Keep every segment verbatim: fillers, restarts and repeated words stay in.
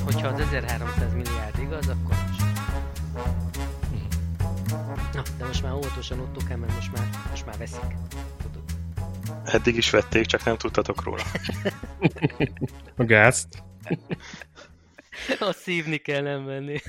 hogyha az ezerháromszáz milliárd igaz, akkor most. Na, de most már óvatosan ott kell, mert most már, most már veszik. Tudod. Eddig is vették, csak nem tudtatok róla. A gázt. Azt szívni kell, nem venni.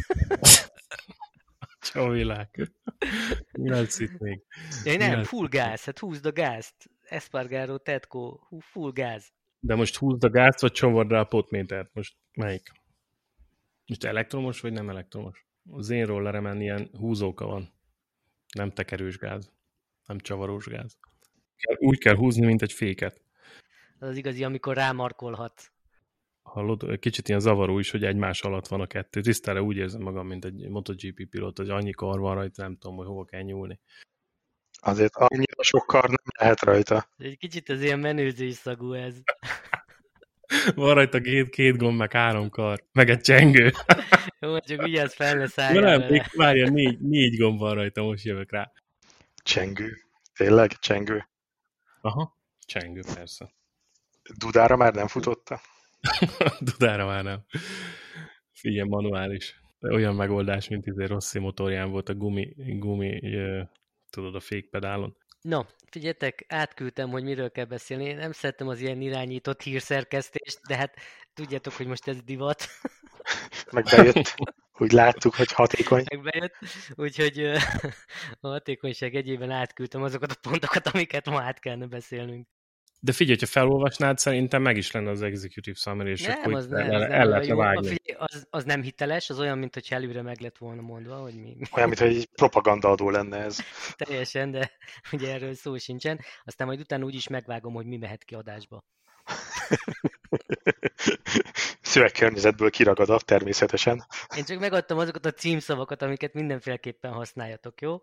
Csó világ. Mi lesz itt még? Ja, nem, full gáz, hát húzd a gázt. Espargaro, Tetco, full gáz. De most húzd a gázt, vagy csomord rá a potmétert? Most melyik? Most elektromos, vagy nem elektromos? Az én rolleremen ilyen húzóka van. Nem tekerős gáz. Nem csavarós gáz. Úgy kell húzni, mint egy féket. Az az igazi, amikor rámarkolhatsz. Hallod? Kicsit ilyen zavaró is, hogy egymás alatt van a kettő. Tisztára úgy érzem magam, mint egy MotoGP pilóta, hogy annyi kar van rajta, nem tudom, hogy hova kell nyúlni. Azért annyira sok kar nem lehet rajta. Egy kicsit az ilyen menőzés szagú ez. Van rajta két, két gomb, meg három kar, meg egy csengő. Jó, csak vigyázz fel, ne szálljál nem, vele. még várja, négy, négy gomb van rajta, most jövök rá. Csengő. Tényleg? Csengő. Aha, csengő, persze. Dudára már nem futotta? Dudára már nem. Figyelj, manuális. Olyan megoldás, mint izé Rossi motorján volt a gumi, gumi tudod, a fékpedálon. No, figyeljetek, átküldtem, hogy miről kell beszélni. Én nem szerettem az ilyen irányított hírszerkesztést, de hát tudjátok, hogy most ez divat. Meg bejött. Úgy láttuk, hogy hatékony. Meg bejött. Úgyhogy a hatékonyság egyében átküldtem azokat a pontokat, amiket ma át kellene beszélnünk. De figyelj, ha felolvasnád, szerintem meg is lenne az executive summary, és nem, akkor az el, nem, el, az el nem lehetne jó. vágni. Figyelj, az, az nem hiteles, az olyan, mintha előre meg lett volna mondva, hogy mi. Olyan, mintha egy propagandaadó lenne ez. Teljesen, de ugye erről szó sincsen. Aztán majd utána úgyis megvágom, hogy mi mehet ki adásba. Szövegkörnyezetből kiragad természetesen. Én csak megadtam azokat a címszavakat, amiket mindenféleképpen használjatok, jó?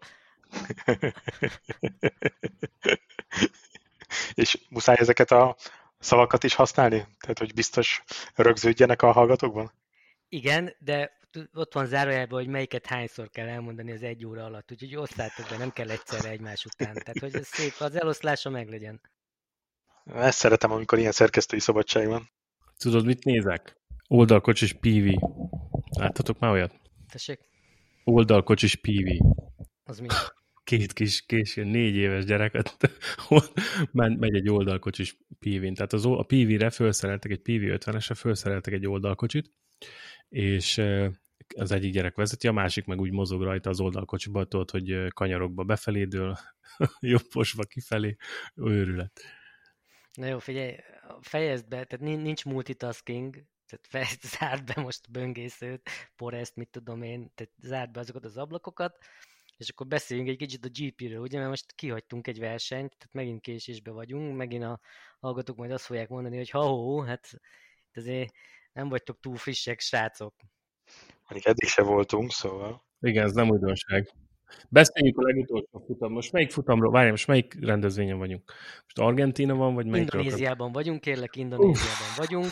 És muszáj ezeket a szavakat is használni? Tehát, hogy biztos rögződjenek a hallgatókban? Igen, de ott van zárójelben, hogy melyiket hányszor kell elmondani az egy óra alatt, úgyhogy osztátok be, nem kell egyszerre egymás után. Tehát, hogy ez szép, az eloszlása meglegyen. Ezt szeretem, amikor ilyen szerkesztői szabadság van. Tudod, mit nézek? Oldalkocsis pé vé. Láttatok már olyat? Tessék? Oldalkocsis pé vé. Az mi? Két kis, kis négy éves gyereket megy egy oldalkocsis pé vén. Tehát az, a pé vére felszereltek egy pé vé ötvenesre, felszereltek egy oldalkocsit, és az egyik gyerek vezeti, a másik meg úgy mozog rajta az oldalkocsiba, tudod, hogy kanyarokba befelé dől, jobbosba kifelé, őrület. Na jó, figyelj, fejezd be, tehát nincs multitasking, tehát fejezd, zárd be most a böngészőt, Poreszt, mit tudom én, tehát zárd be azokat az ablakokat, és akkor beszéljünk egy kicsit a gé pé-ről, ugye, mert most kihagytunk egy versenyt, tehát megint késésbe vagyunk, megint a hallgatók majd azt fogják mondani, hogy ha-hó, hát azért nem vagytok túl frissek, srácok. Még eddig se voltunk, szóval... Igen, ez nem újdonság. Beszéljük a legutolsó futam. Most melyik futamról? Várjál, most melyik rendezvényen vagyunk? Most Argentína van, vagy melyik? Indonéziában vagyunk, kérlek, Indonéziában Uf. vagyunk.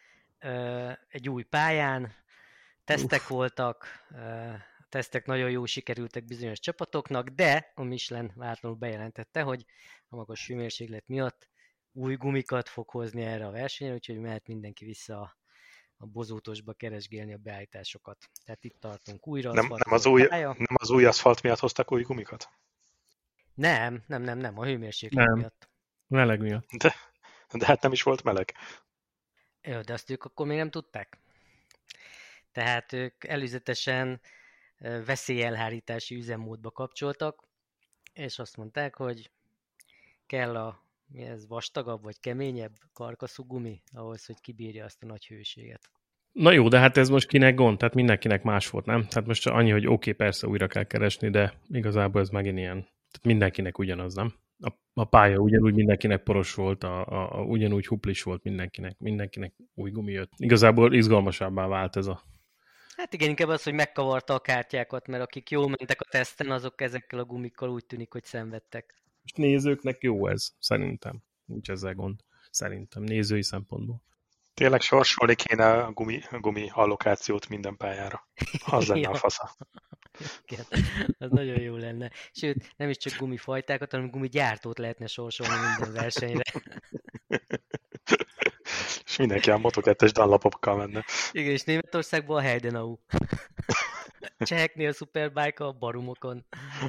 Egy új pályán, tesztek Uf. voltak, a tesztek nagyon jó sikerültek bizonyos csapatoknak, de a Michelin váratlanul bejelentette, hogy a magas hőmérséklet miatt új gumikat fog hozni erre a versenyre, úgyhogy mehet mindenki vissza a a bozótosba keresgélni a beállításokat. Tehát itt tartunk újra. Nem, nem, az új, nem az új aszfalt miatt hoztak új gumikat? Nem, nem, nem, nem, a hőmérséklet nem. miatt. Meleg miatt. De, de hát nem is volt meleg. Jó, de azt ők akkor még nem tudták. Tehát ők előzetesen veszélyelhárítási üzemmódba kapcsoltak, és azt mondták, hogy kell a mi ez, vastagabb vagy keményebb karkaszú gumi, ahhoz, hogy kibírja azt a nagy hőséget. Na jó, de hát ez most kinek gond? Tehát mindenkinek más volt, nem? Tehát most annyi, hogy oké, okay, persze újra kell keresni, de igazából ez megint ilyen. Tehát mindenkinek ugyanaz, nem? A, a pálya ugyanúgy mindenkinek poros volt, a, a, a, ugyanúgy huplis volt mindenkinek, mindenkinek új gumi jött. Igazából izgalmasabbá vált ez a... Hát igen, inkább az, hogy megkavarta a kártyákat, mert akik jól mentek a teszten, azok ezekkel a gumikkal úgy tűnik, hogy szenvedtek. Nézőknek jó ez, szerintem. Nincs ezzel gond. Szerintem, nézői szempontból. Tényleg sorsolni kéne a gumi, a gumi allokációt minden pályára. Az lenne a fasza. Igen, az nagyon jó lenne. Sőt, nem is csak gumifajtákat, hanem gumigyártót lehetne sorsolni minden versenyre. És mindenki a Moto kettes Dunlopokkal menne. Igen, és Németországban a Heidenau. Cseheknél a Superbike a barumokon.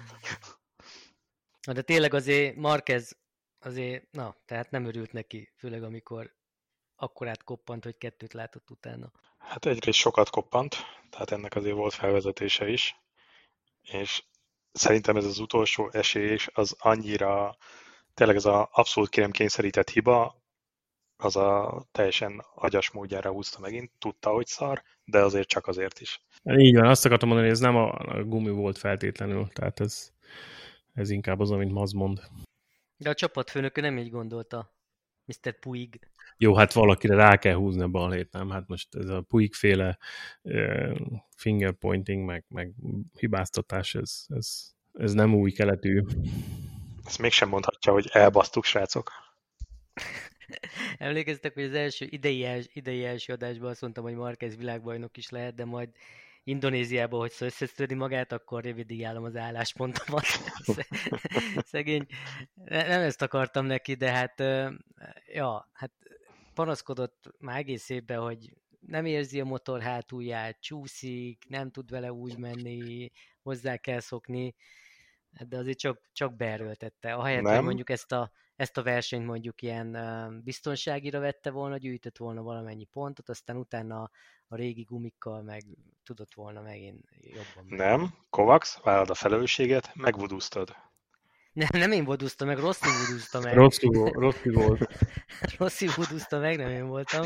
Na, de tényleg azért Marquez azért, na, tehát nem örült neki, főleg amikor akkorát koppant, hogy kettőt látott utána. Hát egyrészt sokat koppant, tehát ennek azért volt felvezetése is, és szerintem ez az utolsó esés az annyira, tényleg ez az abszolút ki nem kényszerített hiba, az a teljesen agyas módjára húzta megint, tudta, hogy szar, de azért csak azért is. Így van, azt akartam mondani, hogy ez nem a, a gumi volt feltétlenül, tehát ez, ez inkább az, amit Maz mond. De a csapatfőnöke nem így gondolta, miszter Puig. Jó, hát valakire rá kell húzni a balhét, nem? Hát most ez a Puig-féle uh, fingerpointing, meg, meg hibáztatás, ez, ez, ez nem új keletű. Ezt mégsem mondhatja, hogy elbasztuk, srácok. Emlékeztek, hogy az első idei, els, idei első adásban azt mondtam, hogy Marquez világbajnok is lehet, de majd Indonéziában, hogy összeszedni magát, akkor revidiálom az álláspontomat. Szegény. Nem ezt akartam neki, de hát, ja, hát panaszkodott már egész évben, hogy nem érzi a motor hátulját, csúszik, nem tud vele úgy menni, hozzá kell szokni, de azért csak, csak beerőltette. Ahelyett, hogy mondjuk ezt a, ezt a versenyt mondjuk ilyen biztonságira vette volna, gyűjtött volna valamennyi pontot, aztán utána a régi gumikkal meg tudott volna megint jobban. Nem, Kovacs, vállald a felelősséget, megvudúztad. Nem, nem én vodúztam meg, Rossi vudúzta meg. Rossi volt. Rossi volt. Rossi vudúzta meg, nem én voltam.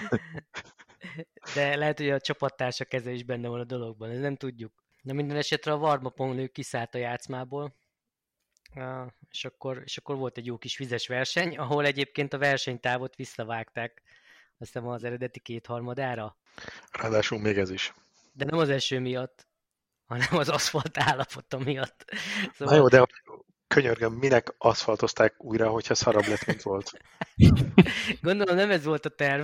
De lehet, hogy a csapattársa keze is benne van a dologban, ez nem tudjuk. De minden esetre a warm-upon ő kiszállt a játszmából, és akkor, és akkor volt egy jó kis vizes verseny, ahol egyébként a versenytávot visszavágták, azt hiszem az eredeti kétharmadára. Ráadásul még ez is. De nem az eső miatt, hanem az aszfalt állapota miatt. Szóval... Na jó, de könyörgöm, minek aszfaltozták újra, hogyha szarabb lett, mint volt? Gondolom nem ez volt a terv.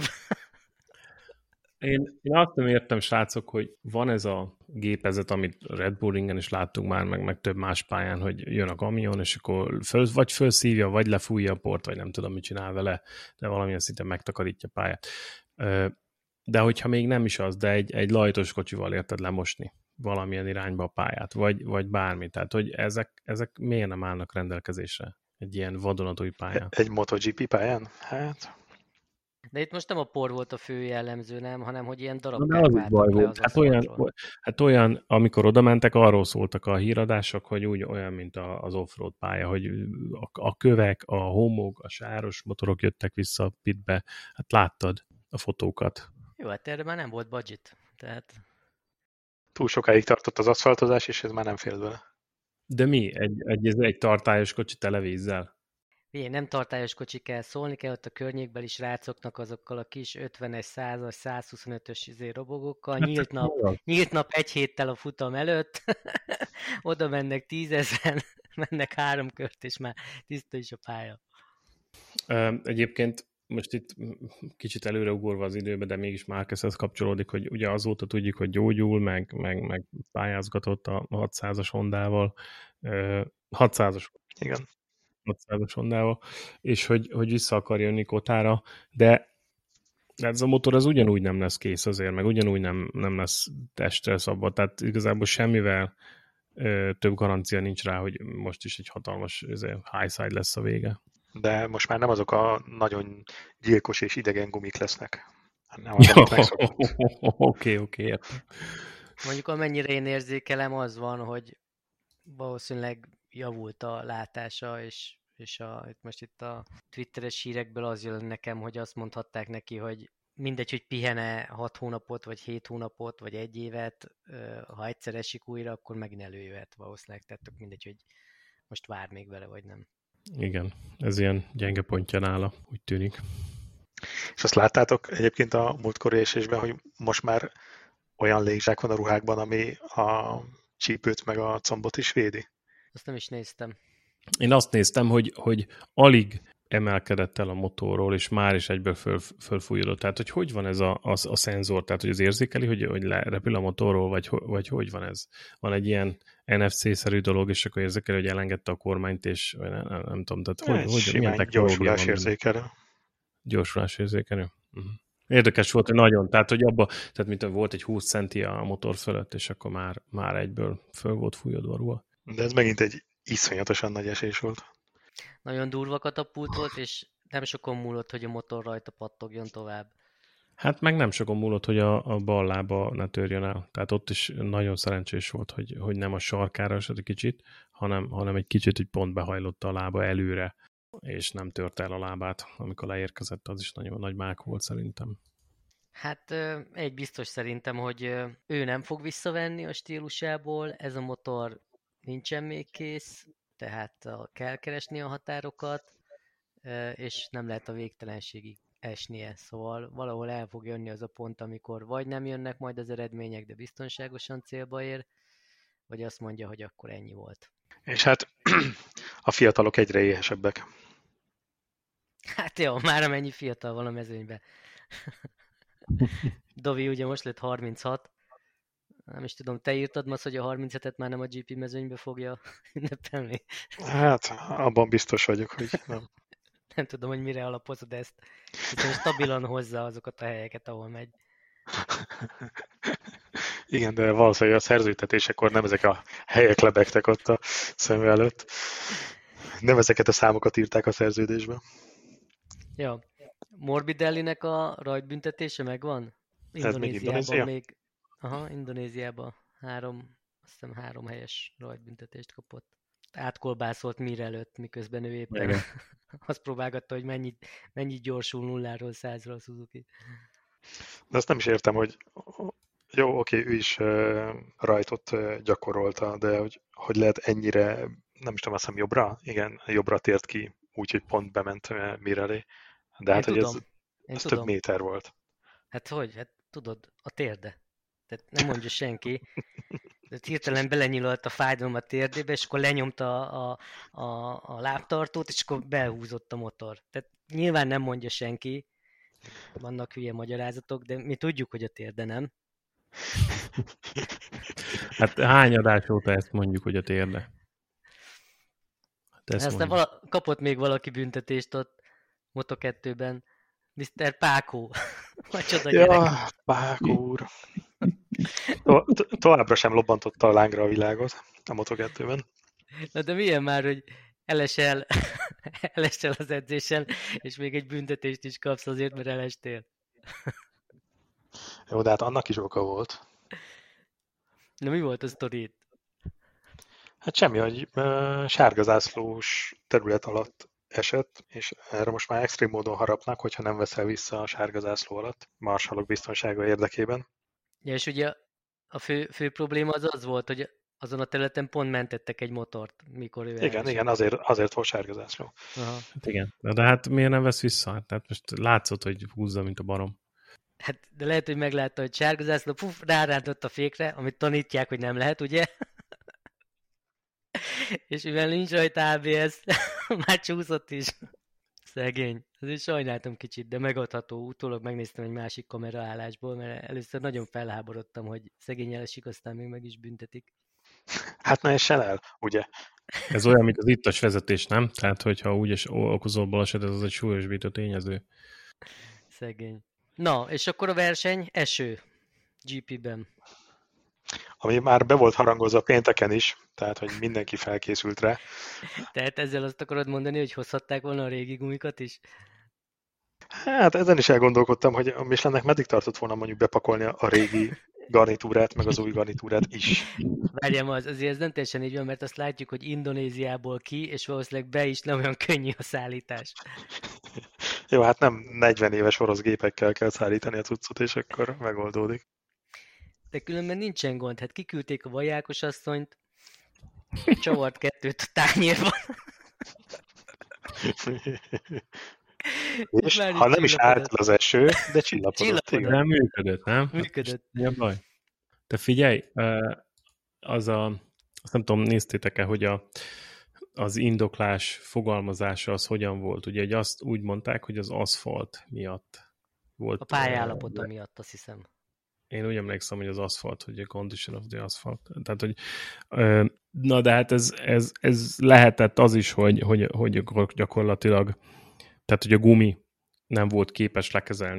Én, én azt nem értem, srácok, hogy van ez a gépezet, amit Red Bull Ringen is láttunk már, meg, meg több más pályán, hogy jön a kamion, és akkor föl, vagy felszívja, vagy lefújja a port, vagy nem tudom, mit csinál vele, de valamilyen szinten megtakarítja a pályát. De hogyha még nem is az, de egy, egy lajtos kocsival érted lemosni valamilyen irányba a pályát, vagy, vagy bármi. Tehát, hogy ezek, ezek miért nem állnak rendelkezésre egy ilyen vadonatúj pályán? Egy MotoGP pályán? Hát... De itt most nem a por volt a fő jellemző, nem, hanem hogy ilyen darab de az baj volt. Hát olyan, hát olyan, amikor oda mentek, arról szóltak a híradások, hogy úgy olyan, mint az offroad pálya, hogy a, a kövek, a homok, a sáros motorok jöttek vissza a pitbe. Hát láttad a fotókat. Jó, hát erre már nem volt budget. Tehát... Túl sokáig tartott az aszfaltozás, és ez már nem fél vele. De mi? Egy, egy, ez egy tartályos kocsi tele vízzel? Ilyen nem tartályos kocsi kell, szólni kell ott a környékbeli srácoknak azokkal a kis ötvenes, százas, százhuszonötös robogókkal, nyílt nap, nyílt nap egy héttel a futam előtt, oda mennek tízezren, mennek három kört, és már tiszta is a pálya. Egyébként most itt kicsit előreugorva az időbe, de mégis Márquezhez kapcsolódik, hogy ugye azóta tudjuk, hogy gyógyul, meg, meg, meg pályázgatott a hatszázas Hondával. hatszázas. Igen. hatszázas Hondával, és hogy, hogy vissza akar jönni Kotára, de ez a motor az ugyanúgy nem lesz kész azért, meg ugyanúgy nem, nem lesz testre szabva, tehát igazából semmivel ö, több garancia nincs rá, hogy most is egy hatalmas high side lesz a vége. De most már nem azok a nagyon gyilkos és idegen gumik lesznek. Nem az, amit megszokott. Oké, oké. Mondjuk amennyire én érzékelem, az van, hogy valószínűleg javult a látása, és, és a, itt most itt a twitteres hírekből az jön nekem, hogy azt mondhatták neki, hogy mindegy, hogy pihene hat hónapot, vagy hét hónapot, vagy egy évet, ha egyszer esik újra, akkor megint előjöhet valószínűleg, tehát mindegy, hogy most vár még vele, vagy nem. Igen, ez ilyen gyenge pontja nála, úgy tűnik. És azt láttátok egyébként a múltkori esésben, hogy most már olyan légzsák van a ruhákban, ami a csípőt meg a combot is védi? Azt nem is néztem. Én azt néztem, hogy, hogy alig emelkedett el a motorról, és már is egyből föl, fölfújódott. Tehát, hogy hogy van ez a, a, a szenzor? Tehát, hogy az érzékeli, hogy, hogy lerepül a motorról, vagy, vagy hogy van ez? Van egy ilyen en ef cé-szerű dolog, és akkor érzékeli, hogy elengedte a kormányt, és nem, nem, nem tudom, tehát hogy, hogy milyen technológia van? Gyorsulás érzékelő. Gyorsulás érzékelő? Uh-huh. Érdekes volt, hogy nagyon, tehát hogy abba, tehát mint volt egy húsz centi a motor fölött, és akkor már, már egyből föl volt fújodva róla. De ez megint egy iszonyatosan nagy esés volt. Nagyon durva katapult volt, és nem sokon múlott, hogy a motor rajta pattogjon tovább. Hát meg nem sokon múlott, hogy a, a bal lába ne törjön el. Tehát ott is nagyon szerencsés volt, hogy, hogy nem a sarkára esett egy kicsit, hanem, hanem egy kicsit, hogy pont behajlotta a lába előre, és nem tört el a lábát, amikor leérkezett, az is nagyon nagy mák volt szerintem. Hát egy biztos szerintem, hogy ő nem fog visszavenni a stílusából, ez a motor nincsen még kész, tehát kell keresni a határokat, és nem lehet a végtelenségig esnie, szóval valahol el fog jönni az a pont, amikor vagy nem jönnek majd az eredmények, de biztonságosan célba ér, vagy azt mondja, hogy akkor ennyi volt. És hát a fiatalok egyre éhesebbek. Hát jó, már amennyi fiatal van a mezőnyben. Dovi ugye most lett harminchat. Nem is tudom, te írtad most, hogy a harminchetet már nem a gé pé mezőnybe fogja ünnepelni? Hát, abban biztos vagyok, hogy nem. Nem tudom, hogy mire alapozod ezt. Hiszen stabilan hozza azokat a helyeket, ahol megy. Igen, de valószínűleg a szerződtetésekor nem ezek a helyek lebegtek ott a szem előtt. Nem ezeket a számokat írták a szerződésbe. Ja. Morbidellinek a rajtbüntetése megvan? Ez még Indonéziában Indonézia? még. Aha, Indonéziában három, azt hiszem három helyes rajtbüntetést kapott. Átkolbászolt Mir előtt, miközben ő éppen Igen. azt próbálgatta, hogy mennyit, mennyit gyorsul nulláról százra a Suzuki. De azt nem is értem, hogy jó, oké, ő is uh, rajtot uh, gyakorolta, de hogy, hogy lehet ennyire, nem is tudom, azt hiszem jobbra? Igen, jobbra tért ki, úgyhogy pont bement uh, Mir elé. De hát, Én hogy tudom. ez, Én ez tudom. több méter volt. Hát hogy? Hát tudod, a térde. Tehát nem mondja senki. Tehát hirtelen belenyílolt a fájdalom a térdébe, és akkor lenyomta a, a, a, a lábtartót, és akkor belhúzott a motor. Tehát nyilván nem mondja senki, vannak hülye magyarázatok, de mi tudjuk, hogy a térde nem. Hát hány adás óta ezt mondjuk, hogy a térde? Hát ezt Aztán vala, kapott még valaki büntetést ott Moto kettőben. miszter Pákó. Macsoda gyerek. Ja, Pákó úr. To- to- továbbra sem lobbantotta a lángra a világot a Moto kettőben. Na de milyen már, hogy elesel, elesel az edzésen, és még egy büntetést is kapsz azért, mert elestél. Jó, de hát annak is oka volt. Na mi volt a sztorit? Hát semmi, hogy uh, sárgazászlós terület alatt esett, és erre most már extrém módon harapnak, hogyha nem veszel vissza a sárgazászló alatt, marsalok biztonsága érdekében. Ja, és ugye a fő, fő probléma az az volt, hogy azon a területen pont mentettek egy motort, mikor ő Igen, elesett. igen, azért, azért volt sárgazászló. Aha. Hát igen. De, de hát miért nem vesz vissza? Tehát most látszott, hogy húzza, mint a barom. Hát, de lehet, hogy meglátta, hogy sárgazászló, puf, rárántott a fékre, amit tanítják, hogy nem lehet, ugye? És mivel nincs rajta á bé es, már csúszott is. Szegény. Azért sajnáltam kicsit, de megadható. Utólag megnéztem egy másik kameraállásból, mert először nagyon felháborodtam, hogy szegény elesik, aztán még meg is büntetik. Hát ne essen el, ugye? Ez olyan, mint az ittas vezetés, nem? Tehát, hogyha úgy is okozol balesetet, az egy súlyosbító tényező. Szegény. Na, és akkor a verseny eső gé pében. Ami már be volt harangozva pénteken is, tehát, hogy mindenki felkészült rá. Tehát ezzel azt akarod mondani, hogy hozhatták volna a régi gumikat is? Hát ezen is elgondolkodtam, hogy a Michelinnek meddig tartott volna mondjuk bepakolni a régi garnitúrát, meg az új garnitúrát is. Várjam, az, azért ez nem teljesen így van, mert azt látjuk, hogy Indonéziából ki, és valószínűleg be is nem olyan könnyű a szállítás. Jó, hát nem negyven éves orosz gépekkel kell szállítani a cuccot, és akkor megoldódik. De különben nincsen gond, hát kiküldték a vajákos asszonyt, csavart kettőt a tányérban. És ha nem is állt az eső, de csillapodott. Csillapodott. Nem működött, nem? Működött. Mi a baj? Te figyelj, az a, azt nem tudom, néztétek-e, hogy a, az indoklás fogalmazása az hogyan volt? Ugye, hogy azt úgy mondták, hogy az aszfalt miatt volt. A pályállapota uh, miatt, azt hiszem. Én úgy emlékszem, hogy az aszfalt, hogy a condition of the asphalt. Tehát, hogy na, de hát ez, ez, ez lehetett az is, hogy, hogy, hogy gyakorlatilag, tehát, hogy a gumi nem volt képes lekezelni a,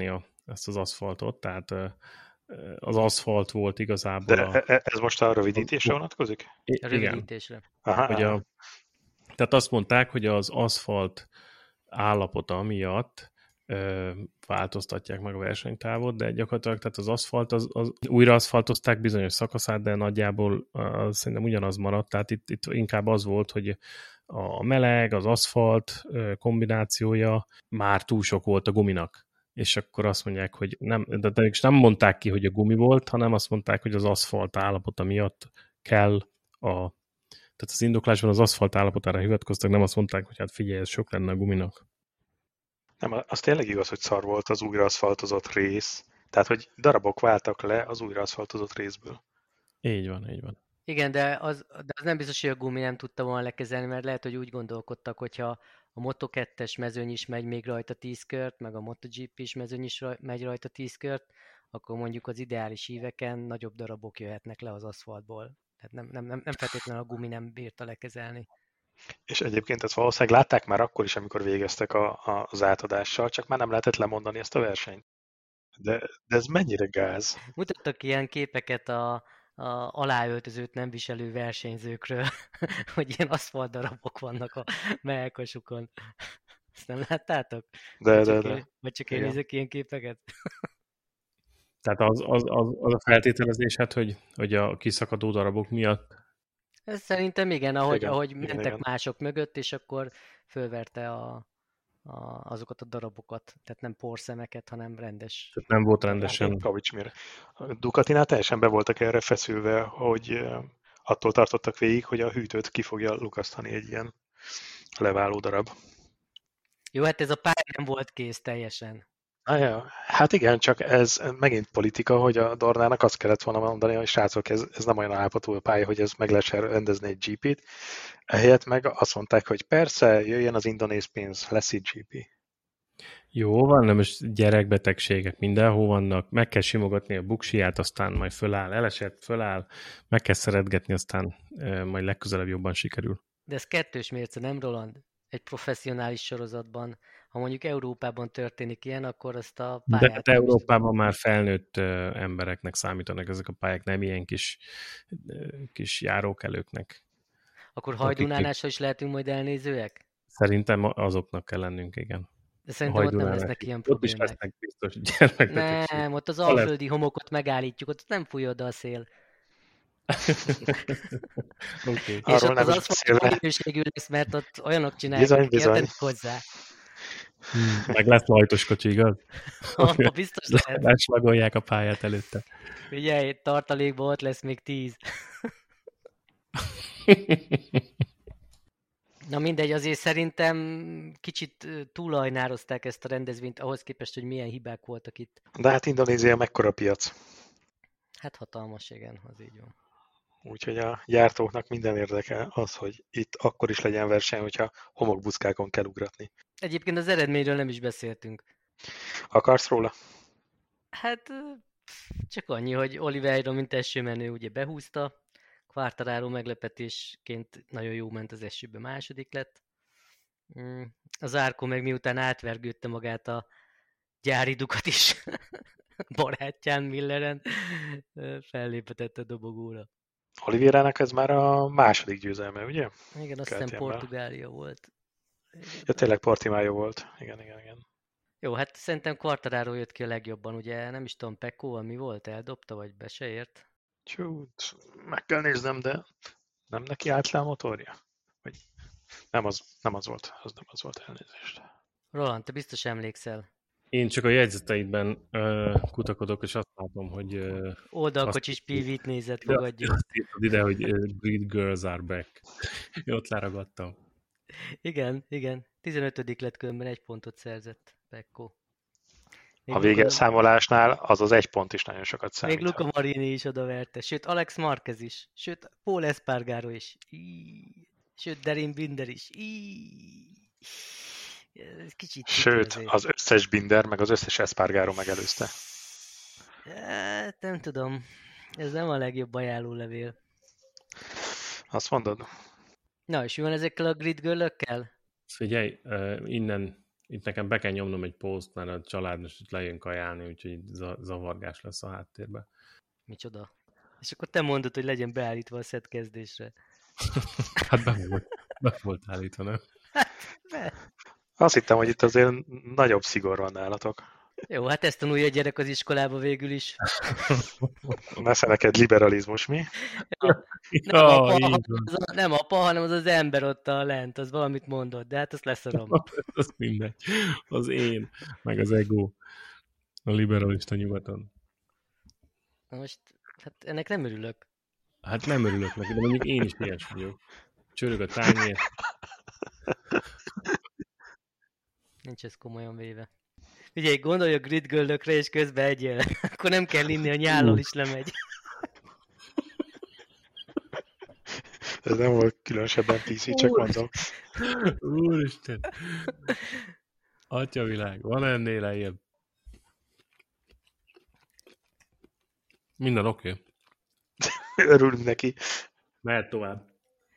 ezt az aszfaltot, tehát az aszfalt volt igazából De a... ez most a rövidítésre vonatkozik? A rövidítésre. Aha, Hogy a, tehát azt mondták, hogy az aszfalt állapota miatt ö, változtatják meg a versenytávot, de gyakorlatilag tehát az aszfalt, az, az, újra aszfaltozták bizonyos szakaszát, de nagyjából az, szerintem ugyanaz maradt, tehát itt, itt inkább az volt, hogy a meleg, az aszfalt kombinációja már túl sok volt a guminak. És akkor azt mondják, hogy nem, de, de nem mondták ki, hogy a gumi volt, hanem azt mondták, hogy az aszfalt állapota miatt kell a... Tehát az indoklásban az aszfalt állapotára hivatkoztak, nem azt mondták, hogy hát figyelj, ez sok lenne a guminak. Nem, az tényleg igaz, hogy szar volt az újraaszfaltozott rész. Tehát, hogy darabok váltak le az újraaszfaltozott részből. Így van, így van. Igen, de az, de az nem biztos, hogy a gumi nem tudta volna lekezelni, mert lehet, hogy úgy gondolkodtak, hogyha a moto kettes mezőny is megy még rajta tíz kört, meg a MotoGP is mezőny is raj, megy rajta tíz kört, akkor mondjuk az ideális íveken nagyobb darabok jöhetnek le az aszfaltból. Tehát nem, nem, nem, nem feltétlenül a gumi nem bírta lekezelni. És egyébként ezt valószínűleg látták már akkor is, amikor végeztek a, a, az átadással, csak már nem lehetett lemondani ezt a versenyt. De, de ez mennyire gáz? Mutattak ilyen képeket a, a aláöltözőt nem viselő versenyzőkről, hogy ilyen aszfaltdarabok vannak a melkasukon. Ezt nem láttátok? De, vagy de, csak de. Én, vagy csak én Igen. nézek ilyen képeket? Tehát az, az, az, az a feltételezés, hát, hogy, hogy a kiszakadó darabok miatt... Ez szerintem igen, ahogy, Igen, ahogy igen, mentek igen. mások mögött, és akkor fölverte a, a, azokat a darabokat. Tehát nem porszemeket, hanem rendes. Tehát nem volt rendesen... Kavics mire. A Ducatinál teljesen be voltak erre feszülve, hogy eh, attól tartottak végig, hogy a hűtőt ki fogja lukasztani egy ilyen leváló darab. Jó, hát ez a pálya nem volt kész teljesen. Ah, ja. Hát igen, csak ez megint politika, hogy a Dornának azt kellett volna mondani, hogy srácok, ez, ez nem olyan állapotú a pálya, hogy ez meg lehessen rendezni egy gé pét. Ehelyett meg azt mondták, hogy persze, jöjjön az indonéz pénz, lesz itt gé pé. Jó van, nem most gyerekbetegségek mindenhol vannak, meg kell simogatni a buksiját, aztán majd föláll, elesett, föláll, meg kell szeretgetni, aztán e, majd legközelebb jobban sikerül. De ez kettős mérce, nem Roland? Egy professzionális sorozatban. Ha mondjuk Európában történik ilyen, akkor azt a pályát... De hát Európában már felnőtt ö, embereknek számítanak ezek a pályák, nem ilyen kis, ö, kis járókelőknek. Akkor Hajdúnánással is lehetünk majd elnézőek? Szerintem azoknak kell lennünk, igen. De szerintem ott nem lesznek ilyen problémák. Ott is lesznek biztos gyermekbetegség. Nem, ott az alföldi homokot megállítjuk, ott nem fúj oda a szél. Okay. És Arról ott nem az is aszfalt beszélve. jó minőségű lesz, mert ott olyanok csinálják, Bizony, akik bizony. értenek hozzá. Meg lesz lajtos kocsi, igaz? Ha, biztos lehet. Leslagolják a pályát előtte. Figyelj, tartalékban ott lesz még tíz. Na mindegy, azért szerintem kicsit túlajnározták ezt a rendezvényt ahhoz képest, hogy milyen hibák voltak itt. De hát Indonézia mekkora piac. Hát hatalmas, igen, az így van. Úgyhogy a gyártóknak minden érdeke az, hogy itt akkor is legyen verseny, hogyha homokbuszkákon kell ugratni. Egyébként az eredményről nem is beszéltünk. Akarsz róla? Hát csak annyi, hogy Oliveira, mint esőmenő, ugye behúzta. Quartararo meglepetésként nagyon jó ment az esőbe, második lett. Az Árkó meg miután átvergődte magát a gyári Ducat is barátján, Milleren, fellépetett a dobogóra. Olivérának ez már a második győzelme, ugye? Igen, azt hiszem Portugália volt. Ja, tényleg Portimao volt. Igen, igen, igen. Jó, hát szerintem Quartararo jött ki a legjobban, ugye nem is tudom, Pecco, mi volt, eldobta, vagy be se ért? Csút, meg kell néznem, de nem neki állt le a motorja? Vagy nem az, nem az volt, az nem az volt, elnézést. Roland, te biztos emlékszel. Én csak a jegyzeteiben uh, kutakodok, és azt látom, hogy... Uh, Oldalkocsis pé vét nézett, fogadjuk. Azt írtad ide, hogy uh, Grid Girls are back. Ott leragadtam. Igen, igen. tizenötödik lett különben, egy pontot szerzett Pecco. A végelszámolásnál az az egy pont is nagyon sokat számít. Még Luca Marini is odaverte, sőt Alex Marquez is, sőt Paul Espargaro is, Íí. Sőt Derin Binder is. Íí. Kicsit Sőt, az összes Binder, meg az összes Espargaro megelőzte. Hát, nem tudom. Ez nem a legjobb ajánlólevél. Azt mondod? Na, és mi van ezekkel a grid girl-ökkel? Figyelj, uh, innen Itt nekem be kell nyomnom egy poszt, mert a család most itt lejön kajálni, úgyhogy zavargás lesz a háttérben. Micsoda? És akkor te mondod, hogy legyen beállítva a set kezdésre. Hát be volt, be volt állítva, nem? Hát, be. Azt hittem, hogy itt azért nagyobb szigor van nálatok. Jó, hát ezt tanulja a gyerek az iskolába végül is. Nesze neked liberalizmus, mi? Ja, nem, ja, apa, hanem az, nem apa, hanem az az ember ott a lent, az valamit mondott, de hát azt leszarom. Az mindegy. Az én, meg az ego. A liberalista nyugaton. Na most, hát ennek nem örülök. Hát nem örülök neki, de mondjuk én is ilyes vagyok. Csörög a tányér. Nincs ez komolyan véve. Figyelj, gondolj a Grid Girl-ökre, és közben egyél. Akkor nem kell inni, a nyállal is lemegy. Ez nem volt különösebben pé cé, csak mondom. Úristen! Atyavilág, van ennél lejjebb? Minden oké. Okay. Örülünk neki. Mehet tovább.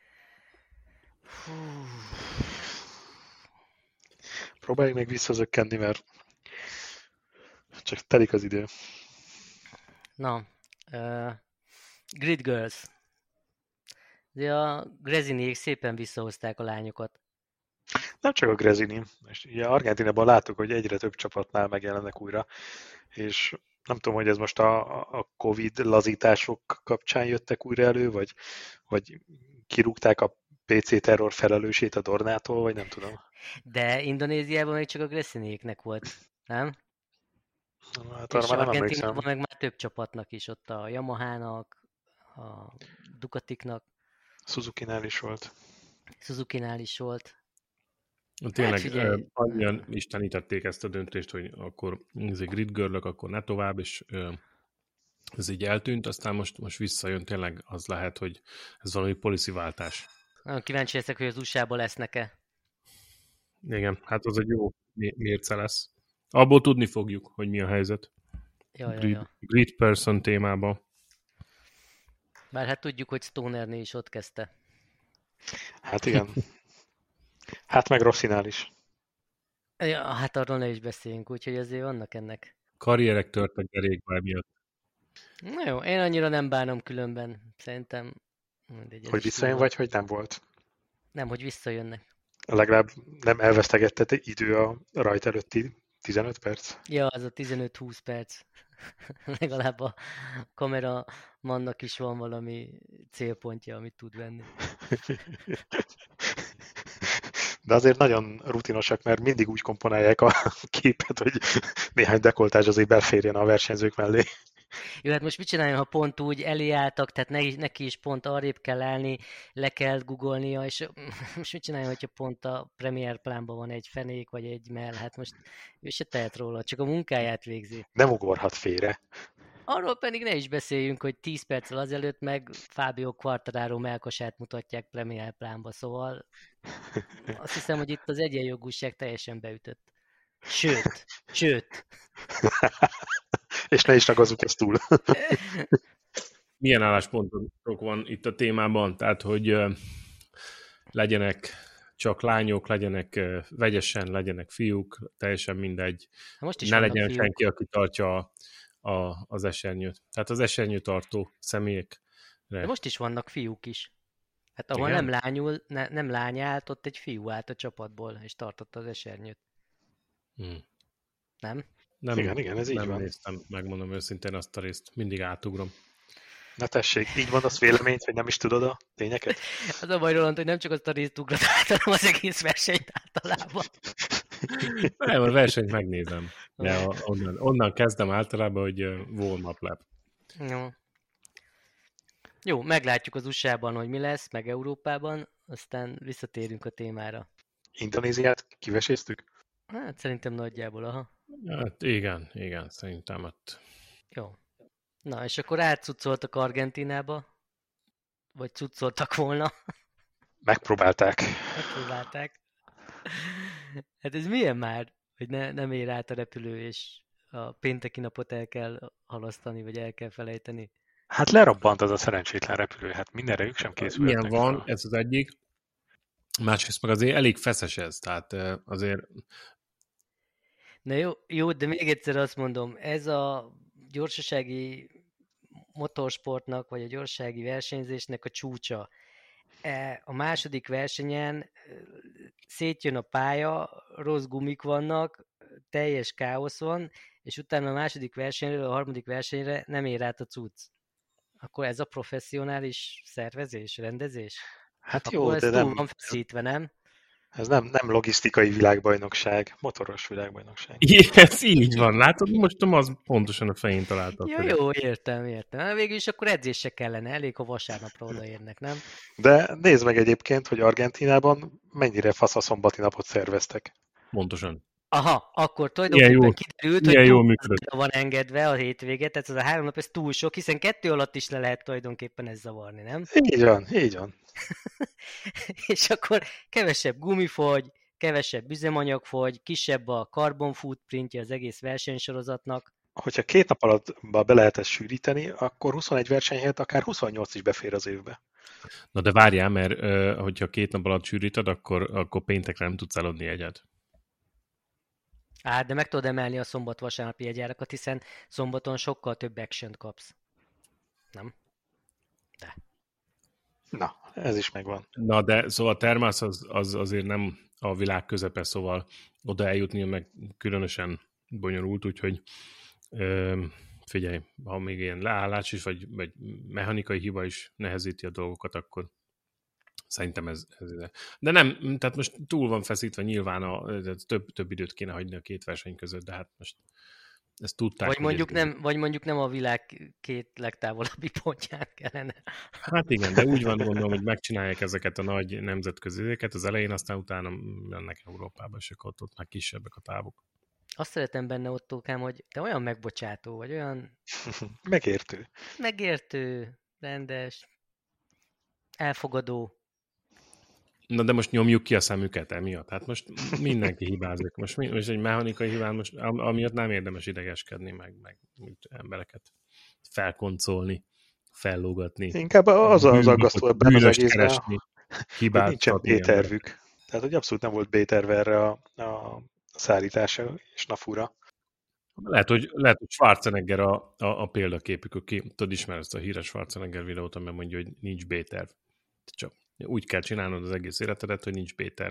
Próbáljuk még visszazökkenni, mert csak telik az idő. Na, uh, Grid Girls. De a Greziniék szépen visszahozták a lányokat. Nem csak a Grezini. És ugye Argentinában láttuk, hogy egyre több csapatnál megjelennek újra, és nem tudom, hogy ez most a, a Covid lazítások kapcsán jöttek újra elő, vagy, vagy kirúgták a pé cé terror felelősét a Dornától, vagy nem tudom. De Indonéziában még csak a Greziniéknek volt, nem? Hát és arra Argentinában meg már több csapatnak is, ott a Yamahának, a Ducatiknak. Suzuki-nál is volt. Suzuki-nál is volt. Tényleg hát, annyian istenítették ezt a döntést, hogy akkor ez egy Grid Girl-ök, akkor ne tovább, és ez így eltűnt, aztán most, most visszajön, tényleg az lehet, hogy ez valami policy-váltás. Nagyon kíváncsi leszek, hogy az u es á-ban lesznek-e. Igen, hát az egy jó mérce lesz. Abból tudni fogjuk, hogy mi a helyzet. Ja, ja, Grid, ja. Grid Person témában. Bár hát tudjuk, hogy Stonerné is ott kezdte. Hát igen. Hát meg Rossinál is. Ja, hát arról ne is beszéljünk, úgyhogy azért vannak ennek. Karrierek törtek derékbár miatt. Na jó, én annyira nem bánom különben. Szerintem... Mindegy, hogy visszajön, vagy hogy nem volt? Nem, hogy visszajönnek. Legalább nem elvesztegetted idő a rajt előtti tizenöt perc? Ja, az a tizenöt-húsz perc. Legalább a kameramannak is van valami célpontja, amit tud venni. De azért nagyon rutinosak, mert mindig úgy komponálják a képet, hogy néhány dekoltázs azért belférjen a versenyzők mellé. Jó, hát most mit csináljon, ha pont úgy elé álltak, tehát ne, neki is pont arrébb kell állni, le kell googolnia, és most mit csináljon, hogyha pont a Premiere Plánban van egy fenék, vagy egy mell, hát most ő se tehet róla, csak a munkáját végzi. Nem ugorhat félre. Arról pedig ne is beszéljünk, hogy tíz perccel azelőtt meg Fábio Quartararo melkasát mutatják Premiere Plánba, szóval azt hiszem, hogy itt az egyenjogúság teljesen beütött. Sőt, sőt. És ne is ragazzuk ezt túl. Milyen álláspontok van itt a témában? Tehát, hogy uh, legyenek csak lányok, legyenek uh, vegyesen, legyenek fiúk, teljesen mindegy. Most is ne legyen fiúk. senki, aki tartja a, a, az esernyőt. Tehát az esernyőtartó személyekre. De most is vannak fiúk is. Hát ahol Igen? nem lányul, ne, nem lány állt, ott egy fiú állt a csapatból, és tartotta az esernyőt. Hmm. Nem? Nem, igen, igen, ez így nem van. néztem, megmondom őszintén azt a részt. Mindig átugrom. Na tessék, így mondasz véleményt, hogy nem is tudod a tényeket? Az a baj, Roland, hogy nem csak azt a részt ugrat át, hanem az egész versenyt általában. Nem, a versenyt megnézem. De a, onnan, onnan kezdem általában, hogy uh, warm-up lap. Jó. Jó, meglátjuk az u es á-ban, hogy mi lesz, meg Európában, aztán visszatérünk a témára. Indonéziát kiveséztük? Hát szerintem nagyjából, aha. Hát igen, igen, szerintem ott. Jó. Na, és akkor átcuccoltak Argentinába? Vagy cuccoltak volna? Megpróbálták. Megpróbálták. Hát ez milyen már, hogy ne, nem ér át a repülő, és a pénteki napot el kell halasztani, vagy el kell felejteni? Hát lerabbant az a szerencsétlen repülő, hát mindenre ők sem készültek. Ilyen van, ez az egyik. Másrészt meg azért elég feszes ez, tehát azért Na jó, jó, de még egyszer azt mondom, ez a gyorsasági motorsportnak, vagy a gyorsasági versenyzésnek a csúcsa. A második versenyen szétjön a pálya, rossz gumik vannak, teljes káosz van, és utána a második versenyről a harmadik versenyre nem ér át a cucc. Akkor ez a professzionális szervezés, rendezés? Hát Akkor jó, ez de túl nem, van feszítve, nem? ez nem, nem logisztikai világbajnokság, motoros világbajnokság. Igen, ez így van. Látod, most az pontosan a fején találtad. Ja, jó, értem, értem. Végül is akkor edzés se kellene, elég, ha vasárnapra odaérnek, nem? De nézd meg egyébként, hogy Argentínában mennyire fasz a szombati napot szerveztek. Pontosan. Aha, akkor tulajdonképpen jó, kiderült, ilyen hogy jól túl működött. van engedve a hétvége, tehát ez a három nap ez túl sok, hiszen kettő alatt is le lehet tulajdonképpen ezt zavarni, nem? Így van, így van. És akkor kevesebb gumifogy, kevesebb üzemanyag fogy, kisebb a carbon footprintje az egész versenysorozatnak. Hogyha két nap alatt be lehet ezt sűríteni, akkor huszonegy verseny helyett akár huszonnyolc is befér az évbe. Na de várjál, mert uh, hogyha két nap alatt sűríted, akkor, akkor péntekre nem tudsz eladni egyet. Á, de meg tudod emelni a szombat-vasárnapi jegyárakat, hiszen szombaton sokkal több action kapsz. Nem? De. Na, ez is megvan. Na de szóval a Termász az, az azért nem a világ közepe, szóval oda eljutni meg különösen bonyolult, úgyhogy ö, figyelj, ha még ilyen leállás is, vagy, vagy mechanikai hiba is nehezíti a dolgokat, akkor szerintem ez, ez... De nem, tehát most túl van feszítve, nyilván a, több, több időt kéne hagyni a két verseny között, de hát most ezt tudták. Vagy mondjuk, nem, vagy mondjuk nem a világ két legtávolabbi pontján kellene. Hát igen, de úgy van, gondolom, hogy megcsinálják ezeket a nagy nemzetközi időket az elején, aztán utána mennek Európába, és akkor ott, ott már kisebbek a távok. Azt szeretem benne, Ottókám, hogy te olyan megbocsátó vagy, olyan Megértő. megértő, rendes, elfogadó. Na de most nyomjuk ki a szemüket emiatt. Hát most mindenki hibázik. Most, most egy mechanikai hibán, most amiatt nem érdemes idegeskedni, meg, meg embereket felkoncolni, fellógatni. Inkább az az aggasztó ebben az egészben, hogy nincsen B-tervük. Tehát, hogy abszolút nem volt B-terve erre a, a szállítása és Nafura. Lehet, hogy, lehet, hogy Schwarzenegger a, a, a példaképük, aki tudod, ismer ezt a híres Schwarzenegger videót, amiben mondja, hogy nincs B-terv. Csak úgy kell csinálnod az egész életedet, hogy nincs B-terv.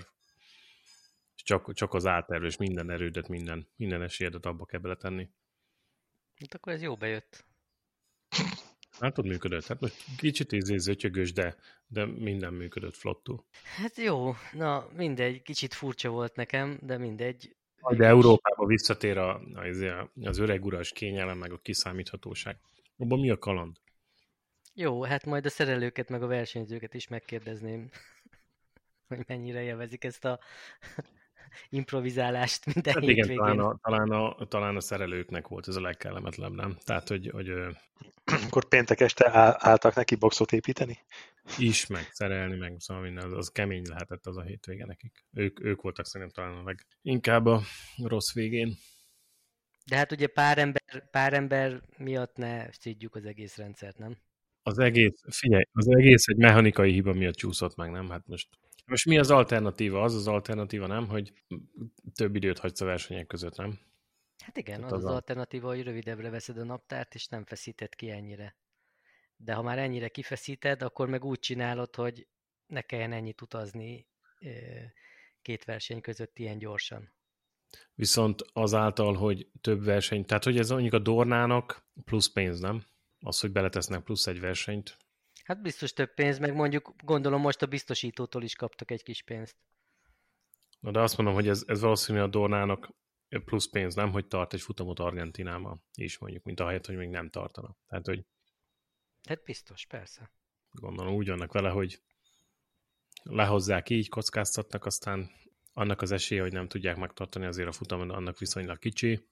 Csak, csak az A-terv, és minden erődet, minden, minden esélyedet abba kell beletenni. Hát akkor ez jó bejött. Hát ott működött. Hát most kicsit zötyögös, de, de minden működött flottul. Hát jó, na mindegy, kicsit furcsa volt nekem, de mindegy. De Európába visszatér a, az, az öreg uras kényelem, meg a kiszámíthatóság. Abban mi a kaland? Jó, hát majd a szerelőket, meg a versenyzőket is megkérdezném, hogy mennyire élvezik ezt a improvizálást minden hát hétvégén. Igen, talán a, talán, a, talán a szerelőknek volt ez a legkellemetlenebb, nem? Tehát, hogy... hogy Akkor péntek este álltak neki boxot építeni? Is, meg szerelni, meg szóval minden, az kemény lehetett az a hétvége nekik. Ők, ők voltak szerintem talán a leginkább a rossz végén. De hát ugye pár ember, pár ember miatt ne szídjuk az egész rendszert, nem? Az egész, figyelj, az egész egy mechanikai hiba miatt csúszott meg, nem? Hát most, most mi az alternatíva? Az az alternatíva, nem? Hogy több időt hagysz a versenyek között, nem? Hát igen, az az, az alternatíva, hogy rövidebbre veszed a naptárt, és nem feszíted ki ennyire. De ha már ennyire kifeszíted, akkor meg úgy csinálod, hogy ne kelljen ennyit utazni két verseny között ilyen gyorsan. Viszont azáltal, hogy több verseny, tehát hogy ez mondjuk a Dornának plusz pénz, nem? Az, hogy beletesznek plusz egy versenyt. Hát biztos több pénz, meg mondjuk gondolom most a biztosítótól is kaptak egy kis pénzt. Na de azt mondom, hogy ez, ez valószínűleg a Dornának plusz pénz, nem? Hogy tart egy futamot Argentínában is mondjuk, mint ahelyett, hogy még nem tartana. Tehát, hogy hát biztos, persze. Gondolom úgy vannak vele, hogy lehozzák így, kockáztatnak, aztán annak az esélye, hogy nem tudják megtartani azért a futamot, annak viszonylag kicsi.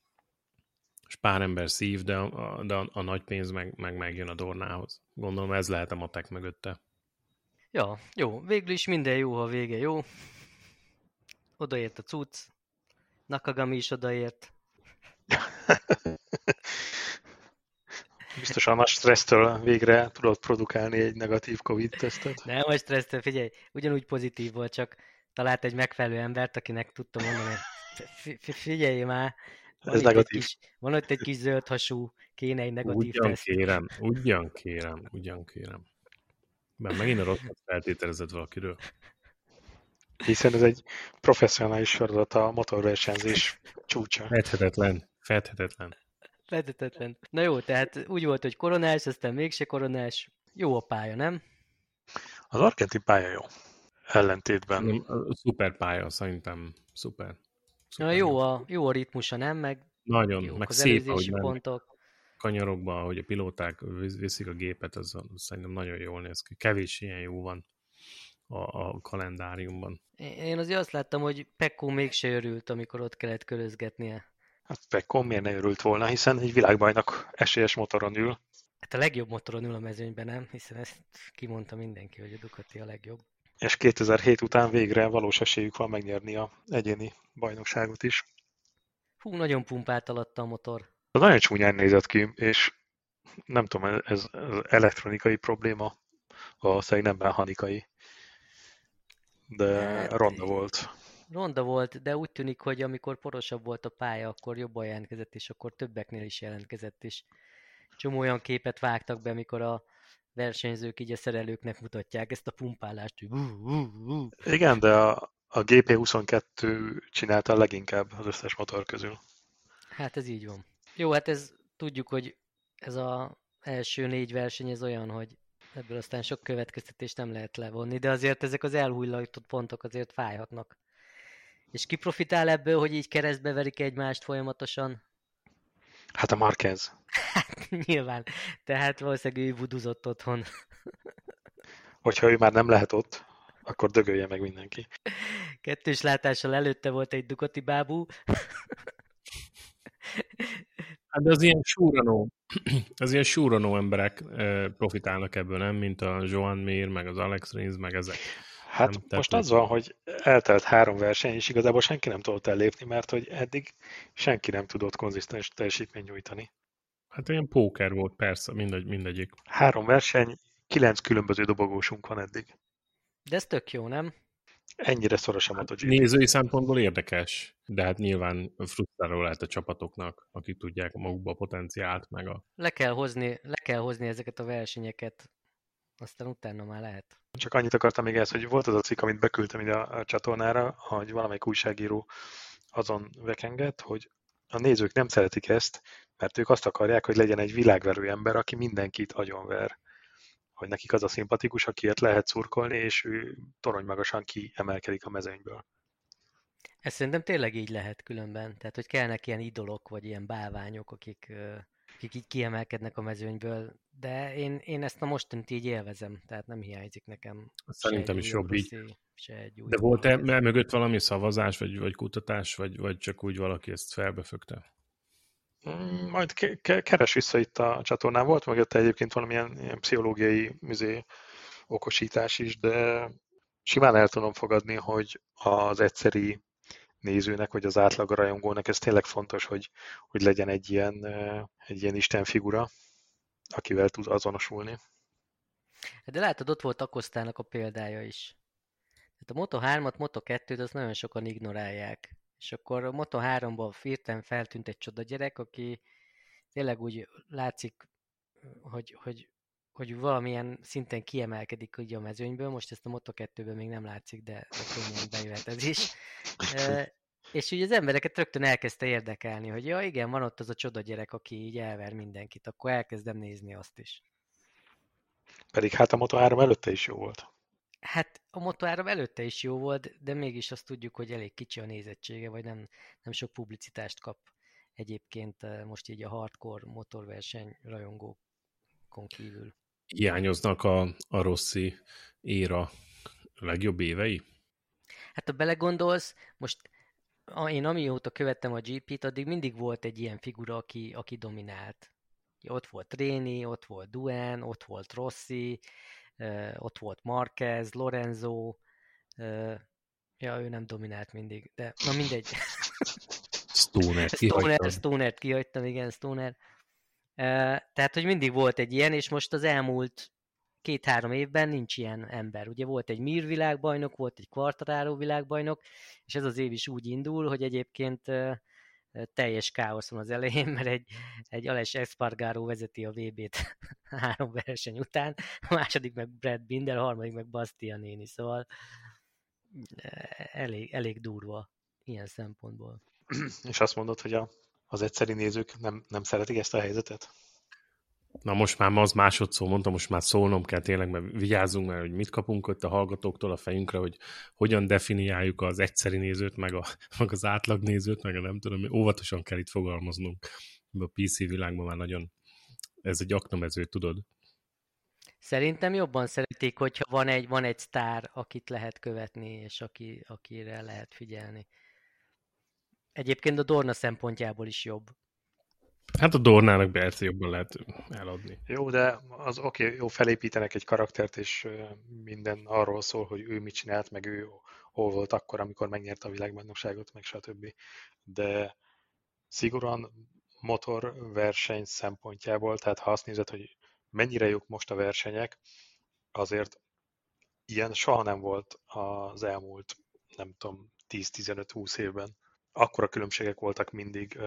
És pár ember szív, de a, de a, a nagy pénz meg, meg megjön a Dornához. Gondolom ez lehet a matek mögötte. Ja, jó. Végül is minden jó, ha a vége jó. Odaért a cucc. Nakagami is odaért. Biztosan a stressztől végre tudod produkálni egy negatív Covid-tesztet. Nem, a stressztől, figyelj, ugyanúgy pozitív volt, csak talált egy megfelelő embert, akinek tudta mondani, Figyelj már, van Ez itt, egy negatív. kis, van itt egy kis zöld hasú, kéne egy negatív Ugyan teszt. kérem, ugyan kérem, ugyan kérem. Mert megint a rosszat feltételezett valakiről. Hiszen ez egy professzionális feladat a motorversenyzés csúcsa. Fedhetetlen, fedhetetlen. Fedhetetlen. Na jó, tehát úgy volt, hogy koronás, aztán mégse koronás. Jó a pálya, nem? Az argentin pálya jó. Ellentétben. A szuper pálya, szerintem szuper. Na jó a, jó a ritmusa, nem? Meg nagyon, jók meg az szép, ahogy előzési mennek pontok. Kanyarokban, ahogy a pilóták viszik a gépet, az szerintem nagyon jól néz ki. Kevés ilyen jó van a, a kalendáriumban. Én azért azt láttam, hogy Pecco mégse örült, amikor ott kellett körözgetnie. Hát Pecco miért ne örült volna, hiszen egy világbajnok esélyes motoron ül. Hát a legjobb motoron ül a mezőnyben, nem? Hiszen ezt kimondta mindenki, hogy a Ducati a legjobb. És kétezer-hét után végre valós esélyük van megnyerni a egyéni bajnokságot is. Hú, nagyon pumpált alatta a motor. Az nagyon csúnyán nézett ki, és nem tudom, ez, ez elektronikai probléma, valószínűleg nem mechanikai, de Hát, ronda volt. Ronda volt, de úgy tűnik, hogy amikor porosabb volt a pálya, akkor jobban jelentkezett, és akkor többeknél is jelentkezett, és csomó olyan képet vágtak be, amikor a versenyzők így a szerelőknek mutatják ezt a pumpálást, hogy uh, uh, uh. Igen, de a, a gé pé huszonkettő csinálta a leginkább az összes motor közül. Hát ez így van. Jó, hát ez tudjuk, hogy ez az első négy verseny ez olyan, hogy ebből aztán sok következtetést nem lehet levonni, de azért ezek az elhullajtott pontok azért fájhatnak. És ki profitál ebből, hogy így keresztbe verik egymást folyamatosan? Hát a Marquez. Hát nyilván. Tehát valószínűleg ő buduzott otthon. Hogyha ő már nem lehet ott, akkor dögölje meg mindenki. Kettős látással előtte volt egy Ducati bábú. Hát de az ilyen súranó, az ilyen súranó emberek profitálnak ebből, nem? Mint a Joan Mir, meg az Alex Rins, meg ezek. Hát nem, most tehát, az van, hogy eltelt három verseny, és igazából senki nem tudott ellépni, mert hogy eddig senki nem tudott konzisztens teljesítményt nyújtani. Hát olyan póker volt, persze, mindegy, mindegyik. Három verseny, kilenc különböző dobogósunk van eddig. De ez tök jó, nem? Ennyire szoros a MotoGP. Nézői szempontból érdekes, de hát nyilván frusztráló lehet a csapatoknak, akik tudják magukba a potenciált, meg a... Le kell hozni, le kell hozni ezeket a versenyeket, aztán utána már lehet. Csak annyit akartam még ehhez, hogy volt az a cikk, amit beküldtem ide a csatornára, hogy valamelyik újságíró azon vekengett, hogy a nézők nem szeretik ezt, mert ők azt akarják, hogy legyen egy világverő ember, aki mindenkit agyonver. Hogy nekik az a szimpatikus, akiért lehet szurkolni, és ő torony magasan kiemelkedik a mezőnyből. Ez szerintem tényleg így lehet különben. Tehát, hogy kellnek ilyen idolok, vagy ilyen bálványok, akik, akik így kiemelkednek a mezőnyből. De én, én ezt a mostanit így élvezem, tehát nem hiányzik nekem. Szerintem is jobb így. Se egy új De volt-e mögött valami szavazás, vagy, vagy kutatás, vagy, vagy csak úgy valaki ezt felbefögte? Majd ke- ke- keres vissza itt a csatornán. Volt mögötte egyébként valamilyen ilyen pszichológiai műzé okosítás is, de simán el tudom fogadni, hogy az egyszeri nézőnek, vagy az átlag rajongónak ez tényleg fontos, hogy, hogy legyen egy ilyen, egy ilyen istenfigura, akivel tud azonosulni. De látod, ott volt Acosztának a példája is. Tehát a Moto hármat, Moto kettőt azt nagyon sokan ignorálják. És akkor a Moto háromban hirtelen feltűnt egy csoda gyerek, aki tényleg úgy látszik, hogy, hogy, hogy valamilyen szinten kiemelkedik ugye a mezőnyből. Most ezt a Moto kettőben még nem látszik, de, de könnyen bejöhet ez is. E, és ugye az embereket rögtön elkezdte érdekelni, hogy ja igen, van ott az a csoda gyerek, aki így elver mindenkit, akkor elkezdem nézni azt is. Pedig hát a Moto három előtte is jó volt. Hát a Moto három előtte is jó volt, de mégis azt tudjuk, hogy elég kicsi a nézettsége, vagy nem, nem sok publicitást kap egyébként most így a hardcore motorverseny rajongókon kívül. Hiányoznak a, a Rossi éra legjobb évei? Hát ha belegondolsz, most én amióta követtem a gé pét, addig mindig volt egy ilyen figura, aki, aki dominált. Ott volt Tréni, ott volt Duen, ott volt Rossi, ott volt Marquez, Lorenzo, ja, ő nem dominált mindig, de na mindegy. Stoner, Stoner, Stonert kihagytam, igen, Stoner. Tehát, hogy mindig volt egy ilyen, és most az elmúlt két-három évben nincs ilyen ember. Ugye volt egy Mir világbajnok, volt egy Quartararo világbajnok, és ez az év is úgy indul, hogy egyébként teljes káosz van az elején, mert egy, egy Aleix Espargaró vezeti a vé bét három verseny után, a második meg Brad Binder, a harmadik meg Bastianini, szóval elég, elég durva ilyen szempontból. És azt mondod, hogy a, az egyszeri nézők nem, nem szeretik ezt a helyzetet? Na most már az másodszor mondtam, most már szólnom kell tényleg, mert vigyázzunk, mert hogy mit kapunk ott a hallgatóktól a fejünkre, hogy hogyan definiáljuk az egyszeri nézőt, meg, a, meg az átlag nézőt, meg a nem tudom, óvatosan kell itt fogalmaznunk. A pé cé világban már nagyon, ez egy aknamező, tudod. Szerintem jobban szeretik, hogyha van egy, van egy sztár, akit lehet követni, és aki, akire lehet figyelni. Egyébként a Dorna szempontjából is jobb. Hát a Dornának persze jobban lehet eladni. Jó, de az oké, okay, jó, felépítenek egy karaktert, és minden arról szól, hogy ő mit csinált, meg ő hol volt akkor, amikor megnyerte a világbajnokságot, meg stb. De szigorúan motorverseny szempontjából, tehát ha azt nézed, hogy mennyire jók most a versenyek, azért ilyen soha nem volt az elmúlt, nem tudom, tíz-tizenöt-húsz évben. Akkora különbségek voltak mindig,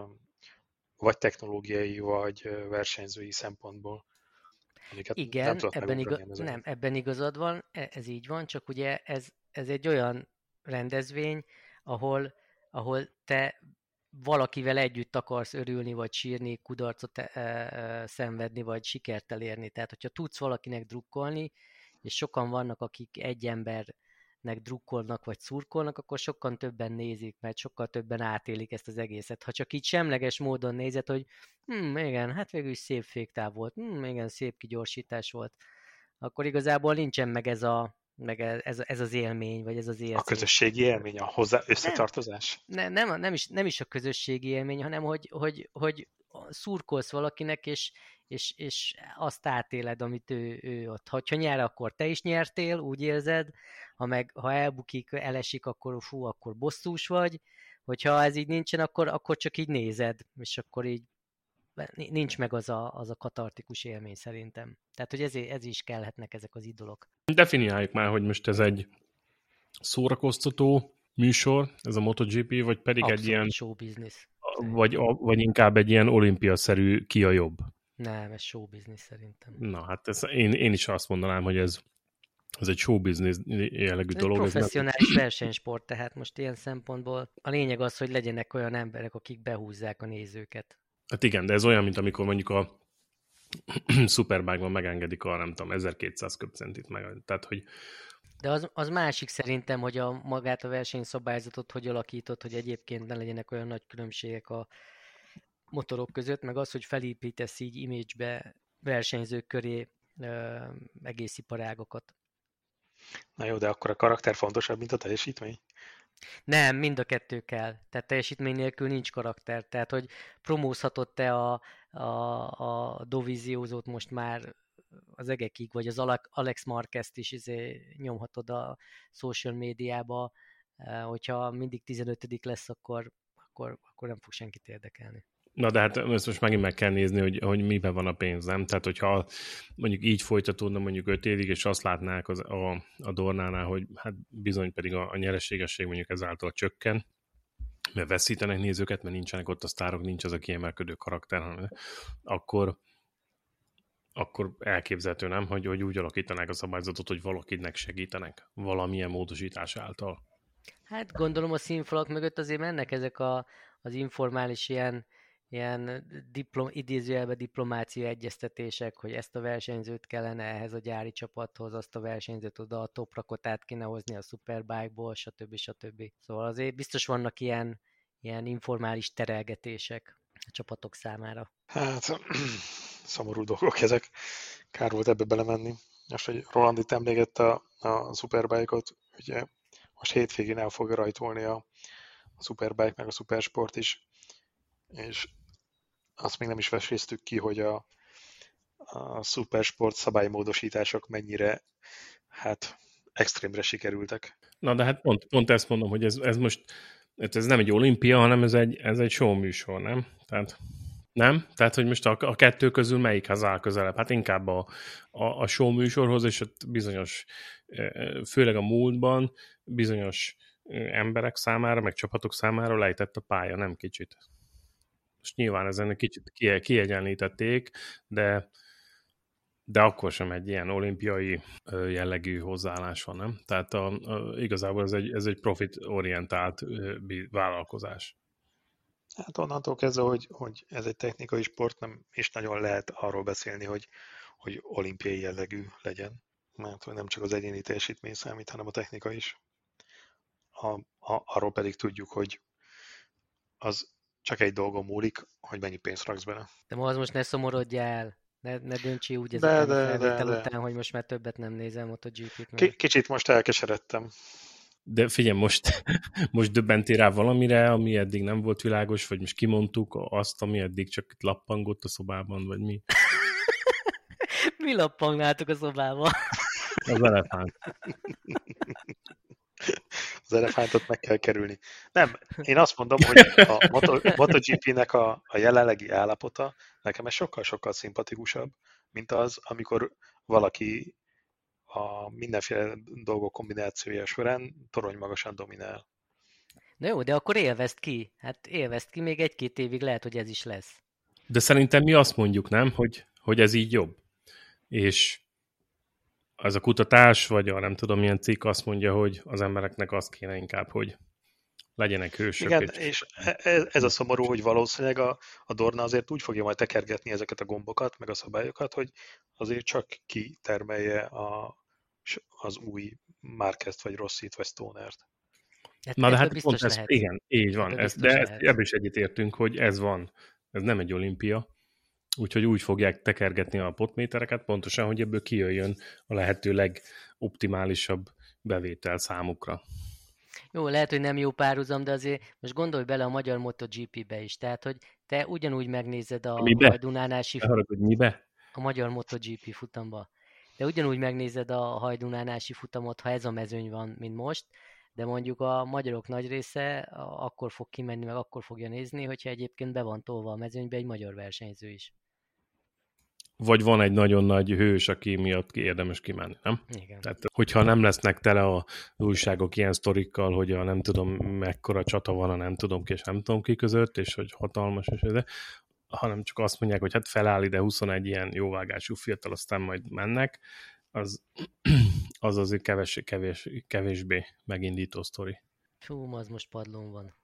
vagy technológiai, vagy versenyzői szempontból. Amiket Igen, nem ebben, igaz, nem, ebben igazad van, ez így van, csak ugye ez, ez egy olyan rendezvény, ahol, ahol te valakivel együtt akarsz örülni, vagy sírni, kudarcot e, e, szenvedni, vagy sikert elérni. Tehát, hogyha tudsz valakinek drukkolni, és sokan vannak, akik egy embernek drukkolnak, vagy szurkolnak, akkor sokkal többen nézik, mert sokkal többen átélik ezt az egészet. Ha csak így semleges módon nézed, hogy hm, igen, hát végül is szép féktáv volt, hm, igen, szép kigyorsítás volt, akkor igazából nincsen meg ez a meg ez, ez az élmény, vagy ez az érzés. A közösségi élmény, a hozzá összetartozás? Nem, nem, nem, is, nem is a közösségi élmény, hanem hogy, hogy, hogy szurkolsz valakinek, és, és, és azt átéled, amit ő, ő ott. Ha nyer, akkor te is nyertél, úgy érzed, ha, meg, ha elbukik, elesik, akkor fú, akkor bosszús vagy, hogyha ez így nincsen, akkor, akkor csak így nézed, és akkor így nincs meg az a, az a katartikus élmény szerintem. Tehát, hogy ez, ez is kellhetnek ezek az idolok. Definiáljuk már, hogy most ez egy szórakoztató műsor, ez a MotoGP, vagy pedig Abszolút egy ilyen show business. Vagy, vagy inkább egy ilyen olimpiaszerű ki a jobb? Nem, ez show business szerintem. Na, hát ez, én, én is azt mondanám, hogy ez, ez egy show business jellegű ez dolog. Egy professzionális ez versenysport, tehát most ilyen szempontból a lényeg az, hogy legyenek olyan emberek, akik behúzzák a nézőket. Hát igen, de ez olyan, mint amikor mondjuk a Superbike-ban megengedik a, nem tudom, ezerkétszáz köbcentit meg. Tehát, hogy De az, az másik szerintem, hogy a magát a versenyszabályzatot hogy alakított, hogy egyébként ne legyenek olyan nagy különbségek a motorok között, meg az, hogy felépítesz így image-be versenyzők köré ö, egész iparágokat. Na jó, de akkor a karakter fontosabb, mint a teljesítmény? Nem, mind a kettő kell. Tehát teljesítmény nélkül nincs karakter. Tehát, hogy promózhatod te a, a, a Dovizioso-t most már az egekig, vagy az Alex Marquez-t is izé nyomhatod a social médiába, hogyha mindig tizenötödik lesz, akkor, akkor, akkor nem fog senkit érdekelni. Na de hát ezt most megint meg kell nézni, hogy, hogy miben van a pénz, nem? Tehát, hogyha mondjuk így folytatódna mondjuk öt évig, és azt látnák az, a, a Dornánál, hogy hát bizony pedig a, a nyereségesség mondjuk ezáltal csökken, mert veszítenek nézőket, mert nincsenek ott a sztárok, nincs az a kiemelkedő karakter, hanem akkor akkor elképzelhető, nem, hogy, hogy úgy alakítanák a szabályzatot, hogy valakinek segítenek valamilyen módosítás által. Hát gondolom a színfalak mögött azért mennek ezek a, az informális ilyen, ilyen diplom, idézőjelben diplomácia egyeztetések, hogy ezt a versenyzőt kellene ehhez a gyári csapathoz, azt a versenyzőt oda a toprakot át kéne hozni a Superbike-ból, stb. stb. Szóval azért biztos vannak ilyen, ilyen informális terelgetések a csapatok számára. Hát, szomorú dolgok ezek. Kár volt ebbe belemenni. Most, hogy Roland itt emlégette a, a Superbike-ot, ugye most hétvégén el fogja rajtolni a, a Superbike, meg a Supersport is, és azt még nem is veséztük ki, hogy a, a Supersport szabálymódosítások mennyire, hát, extrémre sikerültek. Na de hát pont, pont ezt mondom, hogy ez, ez most, ez nem egy olimpia, hanem ez egy, ez egy show műsor, nem? Tehát Nem? Tehát, hogy most a, a kettő közül melyikhez áll közelebb? Hát inkább a, a, a show műsorhoz, és ott bizonyos, főleg a múltban bizonyos emberek számára, meg csapatok számára lejtett a pálya, nem kicsit. Most nyilván ezen egy kicsit kiegyenlítették, de, de akkor sem egy ilyen olimpiai jellegű hozzáállás van, nem? Tehát a, a, igazából ez egy, ez egy profit-orientált vállalkozás. Hát onnantól kezdve, hogy, hogy ez egy technikai sport, nem is nagyon lehet arról beszélni, hogy, hogy olimpiai jellegű legyen. Mert hogy nem csak az egyéni teljesítmény számít, hanem a technika is. A, a, arról pedig tudjuk, hogy az csak egy dolgon múlik, hogy mennyi pénzt raksz bele. De ma az most ne szomorodjál, ne, ne döntsi úgy de, ezután de, a felvétel de, után, de. hogy most már többet nem nézem MotoGP-t. K- kicsit most elkeseredtem. De figyelj, most, most döbbentél rá valamire, ami eddig nem volt világos, vagy most kimondtuk azt, ami eddig csak itt lappangott a szobában, vagy mi? Mi lappangnátok a szobában? Az elefánt. Az elefántot meg kell kerülni. Nem, én azt mondom, hogy a MotoGP-nek a, a jelenlegi állapota nekem ez sokkal-sokkal szimpatikusabb, mint az, amikor valaki a mindenféle dolgok kombinációja során torony magasan dominál. Na jó, de akkor élvezd ki. Hát élvezd ki, még egy-két évig lehet, hogy ez is lesz. De szerintem mi azt mondjuk, nem, hogy, hogy ez így jobb. És az a kutatás, vagy a nem tudom milyen cikk azt mondja, hogy az embereknek azt kéne inkább, hogy legyenek hősök. Igen, és, és ez a szomorú, hogy valószínűleg a, a Dorna azért úgy fogja majd tekergetni ezeket a gombokat, meg a szabályokat, hogy azért csak kitermelje a, az új Márquezt, vagy Rossit, vagy Stonert. Hát Na de hát pont ez, lehet. igen, így van. Ez, de ezt, ebből is egyetértünk, hogy ez van. Ez nem egy olimpia. Úgyhogy úgy fogják tekergetni a potmétereket, pontosan, hogy ebből kijöjjön a lehető legoptimálisabb bevétel számukra. Jó, lehet, hogy nem jó párhuzam, de azért most gondolj bele a magyar MotoGP-be is. Tehát, hogy te ugyanúgy megnézed a hajdunánási... Harag, hogy mibe? A magyar MotoGP futamba. De ugyanúgy megnézed a hajdunánási futamot, ha ez a mezőny van, mint most, de mondjuk a magyarok nagy része akkor fog kimenni, meg akkor fogja nézni, hogyha egyébként be van tolva a mezőnybe egy magyar versenyző is. Vagy van egy nagyon nagy hős, aki miatt érdemes kimenni, nem? Igen. Tehát, hogyha nem lesznek tele az újságok ilyen sztorikkal, hogy a nem tudom mekkora csata van a nem tudom ki és nem tudom ki között, és hogy hatalmas, és de, hanem csak azt mondják, hogy hát feláll ide huszonegy ilyen jóvágású fiatal, aztán majd mennek, az, az azért kevés, kevés, kevésbé megindító sztori. Fú, az most padlón van.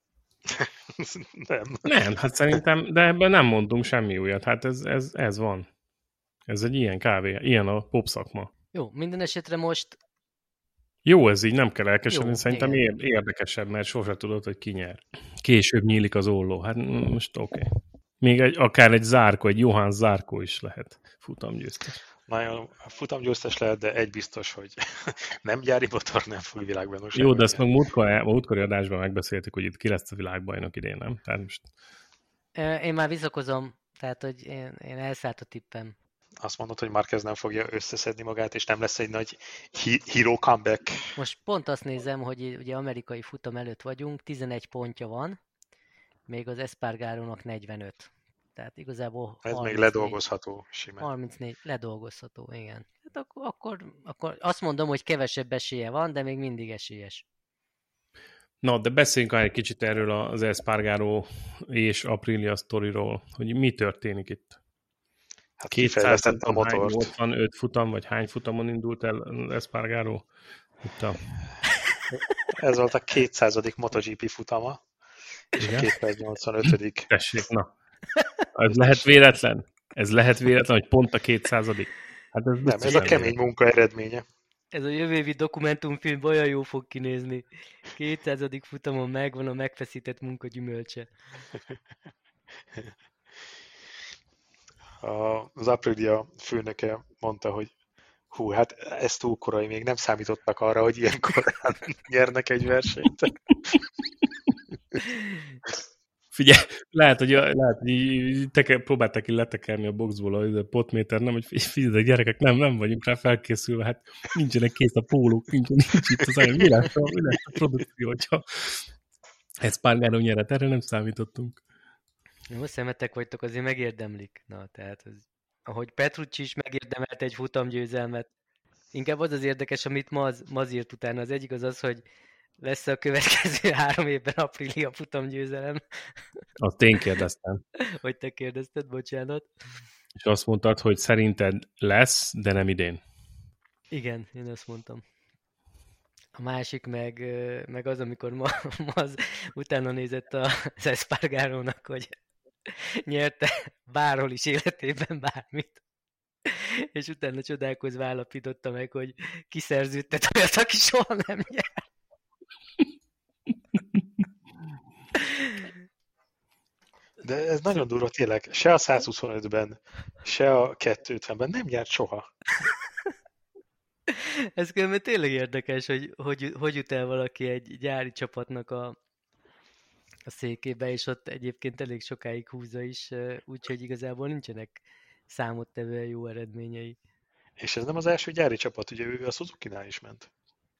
nem. Nem, hát szerintem, de ebben nem mondunk semmi újat, hát ez, ez, ez van. Ez egy ilyen kávé, ilyen a pop szakma. Jó, minden esetre most... Jó, ez így nem kell elkeserni, Jó, szerintem igen. érdekesebb, mert sosem tudod, hogy ki nyer. Később nyílik az olló, hát most oké. Okay. Még egy, akár egy Zárko, egy Johann Zárko is lehet futamgyőztes. Nagyon futamgyőztes lehet, de egy biztos, hogy nem gyári motor, nem fog világbajnokság. Jó, de ezt meg múltkori adásban megbeszéltük, hogy itt ki lesz a világbajnok idén, nem? Tehát most... Én már visszakozom, tehát hogy én, én elszállt a tippem. Azt mondod, hogy Márquez nem fogja összeszedni magát, és nem lesz egy nagy hero comeback. Most pont azt nézem, hogy ugye amerikai futam előtt vagyunk, tizenegy pontja van, még az Espargarónak negyvenöt. Tehát igazából ez még ledolgozható simán. harmincnégy ledolgozható, igen. Hát akkor, akkor, akkor azt mondom, hogy kevesebb esélye van, de még mindig esélyes. Na, de beszéljünk egy kicsit erről az Espargaró és Aprilia sztoriról, hogy mi történik itt. Hát kifejlesztett a motort. nyolcvanöt futam, vagy hány futamon indult el az Espargaró? Itt a... Ez volt a kétszázadik MotoGP futama, és igen? A kétszáznyolcvanötödik Tessék, na. Ez lehet véletlen? Ez lehet véletlen, hogy pont a kétszázadik? Hát ez nem, ez a kemény véletlen. Munka eredménye. Ez a jövő évi dokumentumfilm olyan jó fog kinézni. kétszázadik futamon megvan a megfeszített munka gyümölcse. Az Aprilia főnöke mondta, hogy hú, hát ez túl korai, még nem számítottak arra, hogy ilyen korán nyernek egy versenyt. Figyelj, lehet, hogy, lehet, hogy teke, próbálták ki letekerni a boxból a potméter, nem, hogy figyelj, gyerekek, nem, nem vagyunk rá felkészülve, hát nincsenek kész a pólók, nincs, nincs itt az anyag, mi lesz a, mi lesz a produkció, hogyha Espargaró nyeret, erre nem számítottunk. Jó szemetek vagytok, azért megérdemlik. Na, tehát, ez, ahogy Petrucci is megérdemelte egy futamgyőzelmet. Inkább az az érdekes, amit Maz, Maz írt utána. Az egyik az az, hogy lesz a következő három évben Aprilia futamgyőzelem. Azt én kérdeztem. Hogy te kérdezted, bocsánat. És azt mondtad, hogy szerinted lesz, de nem idén. Igen, én azt mondtam. A másik meg, meg az, amikor ma, Maz utána nézett az Espargarónak, hogy nyerte bárhol is életében bármit. És utána csodálkozva állapította meg, hogy kiszerződtet olyat, aki soha nem nyer. De ez nagyon durva, tényleg. Se a százhuszonötben, se a kétszázötvenben nem nyert soha. Ez különben tényleg érdekes, hogy hogy, hogy jut el valaki egy gyári csapatnak a, a székébe, és ott egyébként elég sokáig húzza is, úgyhogy igazából nincsenek számottevően jó eredményei. És ez nem az első gyári csapat, ugye ő a Suzuki-nál is ment.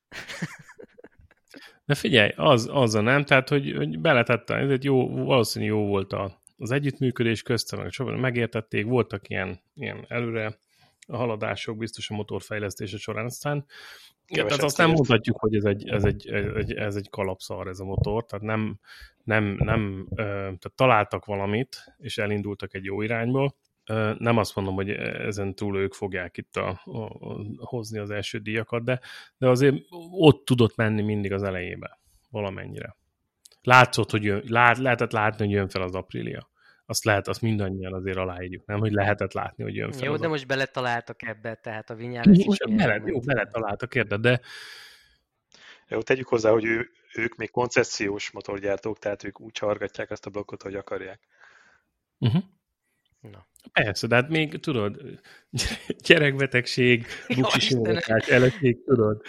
De figyelj, az, az a nem, tehát, hogy, hogy beletette, ez jó, valószínűleg jó volt a, az együttműködés köztem, meg sokan megértették, voltak ilyen, ilyen előre haladások biztos a motorfejlesztése során, aztán tehát azt nem mondhatjuk, hogy ez egy, ez, egy, ez, egy, ez egy kalapszar ez a motor, tehát nem, nem, nem tehát találtak valamit, és elindultak egy jó irányba. Nem azt mondom, hogy ezen túl ők fogják itt a, a, a, hozni az első díjakat, de, de azért ott tudott menni mindig az elejébe, valamennyire. Látszott, hogy jön, lát, lehetett látni, hogy jön fel az Aprilia. Azt lehet, azt mindannyian azért aláírjuk, nem? Hogy lehetett látni, hogy jön fel. Jó, az de a... most beletaláltak ebbe, tehát a Vinyales is. Most bele, jó, beletaláltak, érted, de... Jó, tegyük hozzá, hogy ő, ők még koncessziós motorgyártók, tehát ők úgy csavargatják azt a blokkot, hogy akarják. Uh-huh. Na. Persze, de hát még, tudod, gyerekbetegség, buksisimogatás, eleség, tudod.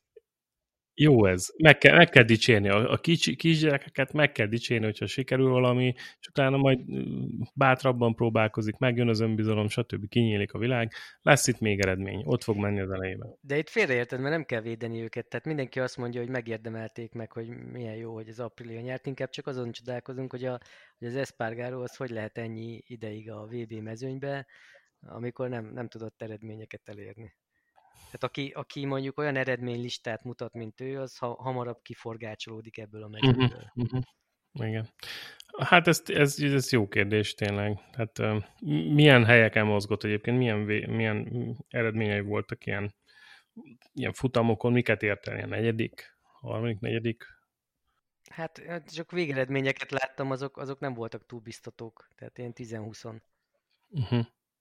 Jó ez. Meg kell, meg kell dicsérni. A, a kicsi, kisgyerekeket meg kell dicsérni, hogyha sikerül valami, és utána majd bátrabban próbálkozik, megjön az önbizalom, stb. Kinyílik a világ. Lesz itt még eredmény. Ott fog menni az elejében. De itt félreérted, mert nem kell védeni őket. Tehát mindenki azt mondja, hogy megérdemelték meg, hogy milyen jó, hogy az Aprilia nyert. Inkább csak azon csodálkozunk, hogy, a, hogy az Espargaró az hogy lehet ennyi ideig a vé bé mezőnybe, amikor nem, nem tudott eredményeket elérni. Tehát aki, aki mondjuk olyan eredménylistát mutat, mint ő, az ha, hamarabb kiforgácsolódik ebből a mezőből. Uh-huh, uh-huh. Igen. Hát ez, ez, ez jó kérdés tényleg. Hát, uh, milyen helyeken mozgott egyébként, milyen, milyen eredményei voltak ilyen, ilyen futamokon, miket ért el, ilyen negyedik, harmadik, negyedik? Hát csak végeredményeket láttam, azok, azok nem voltak túl biztatók, tehát ilyen tíz-húsz. Uh-huh.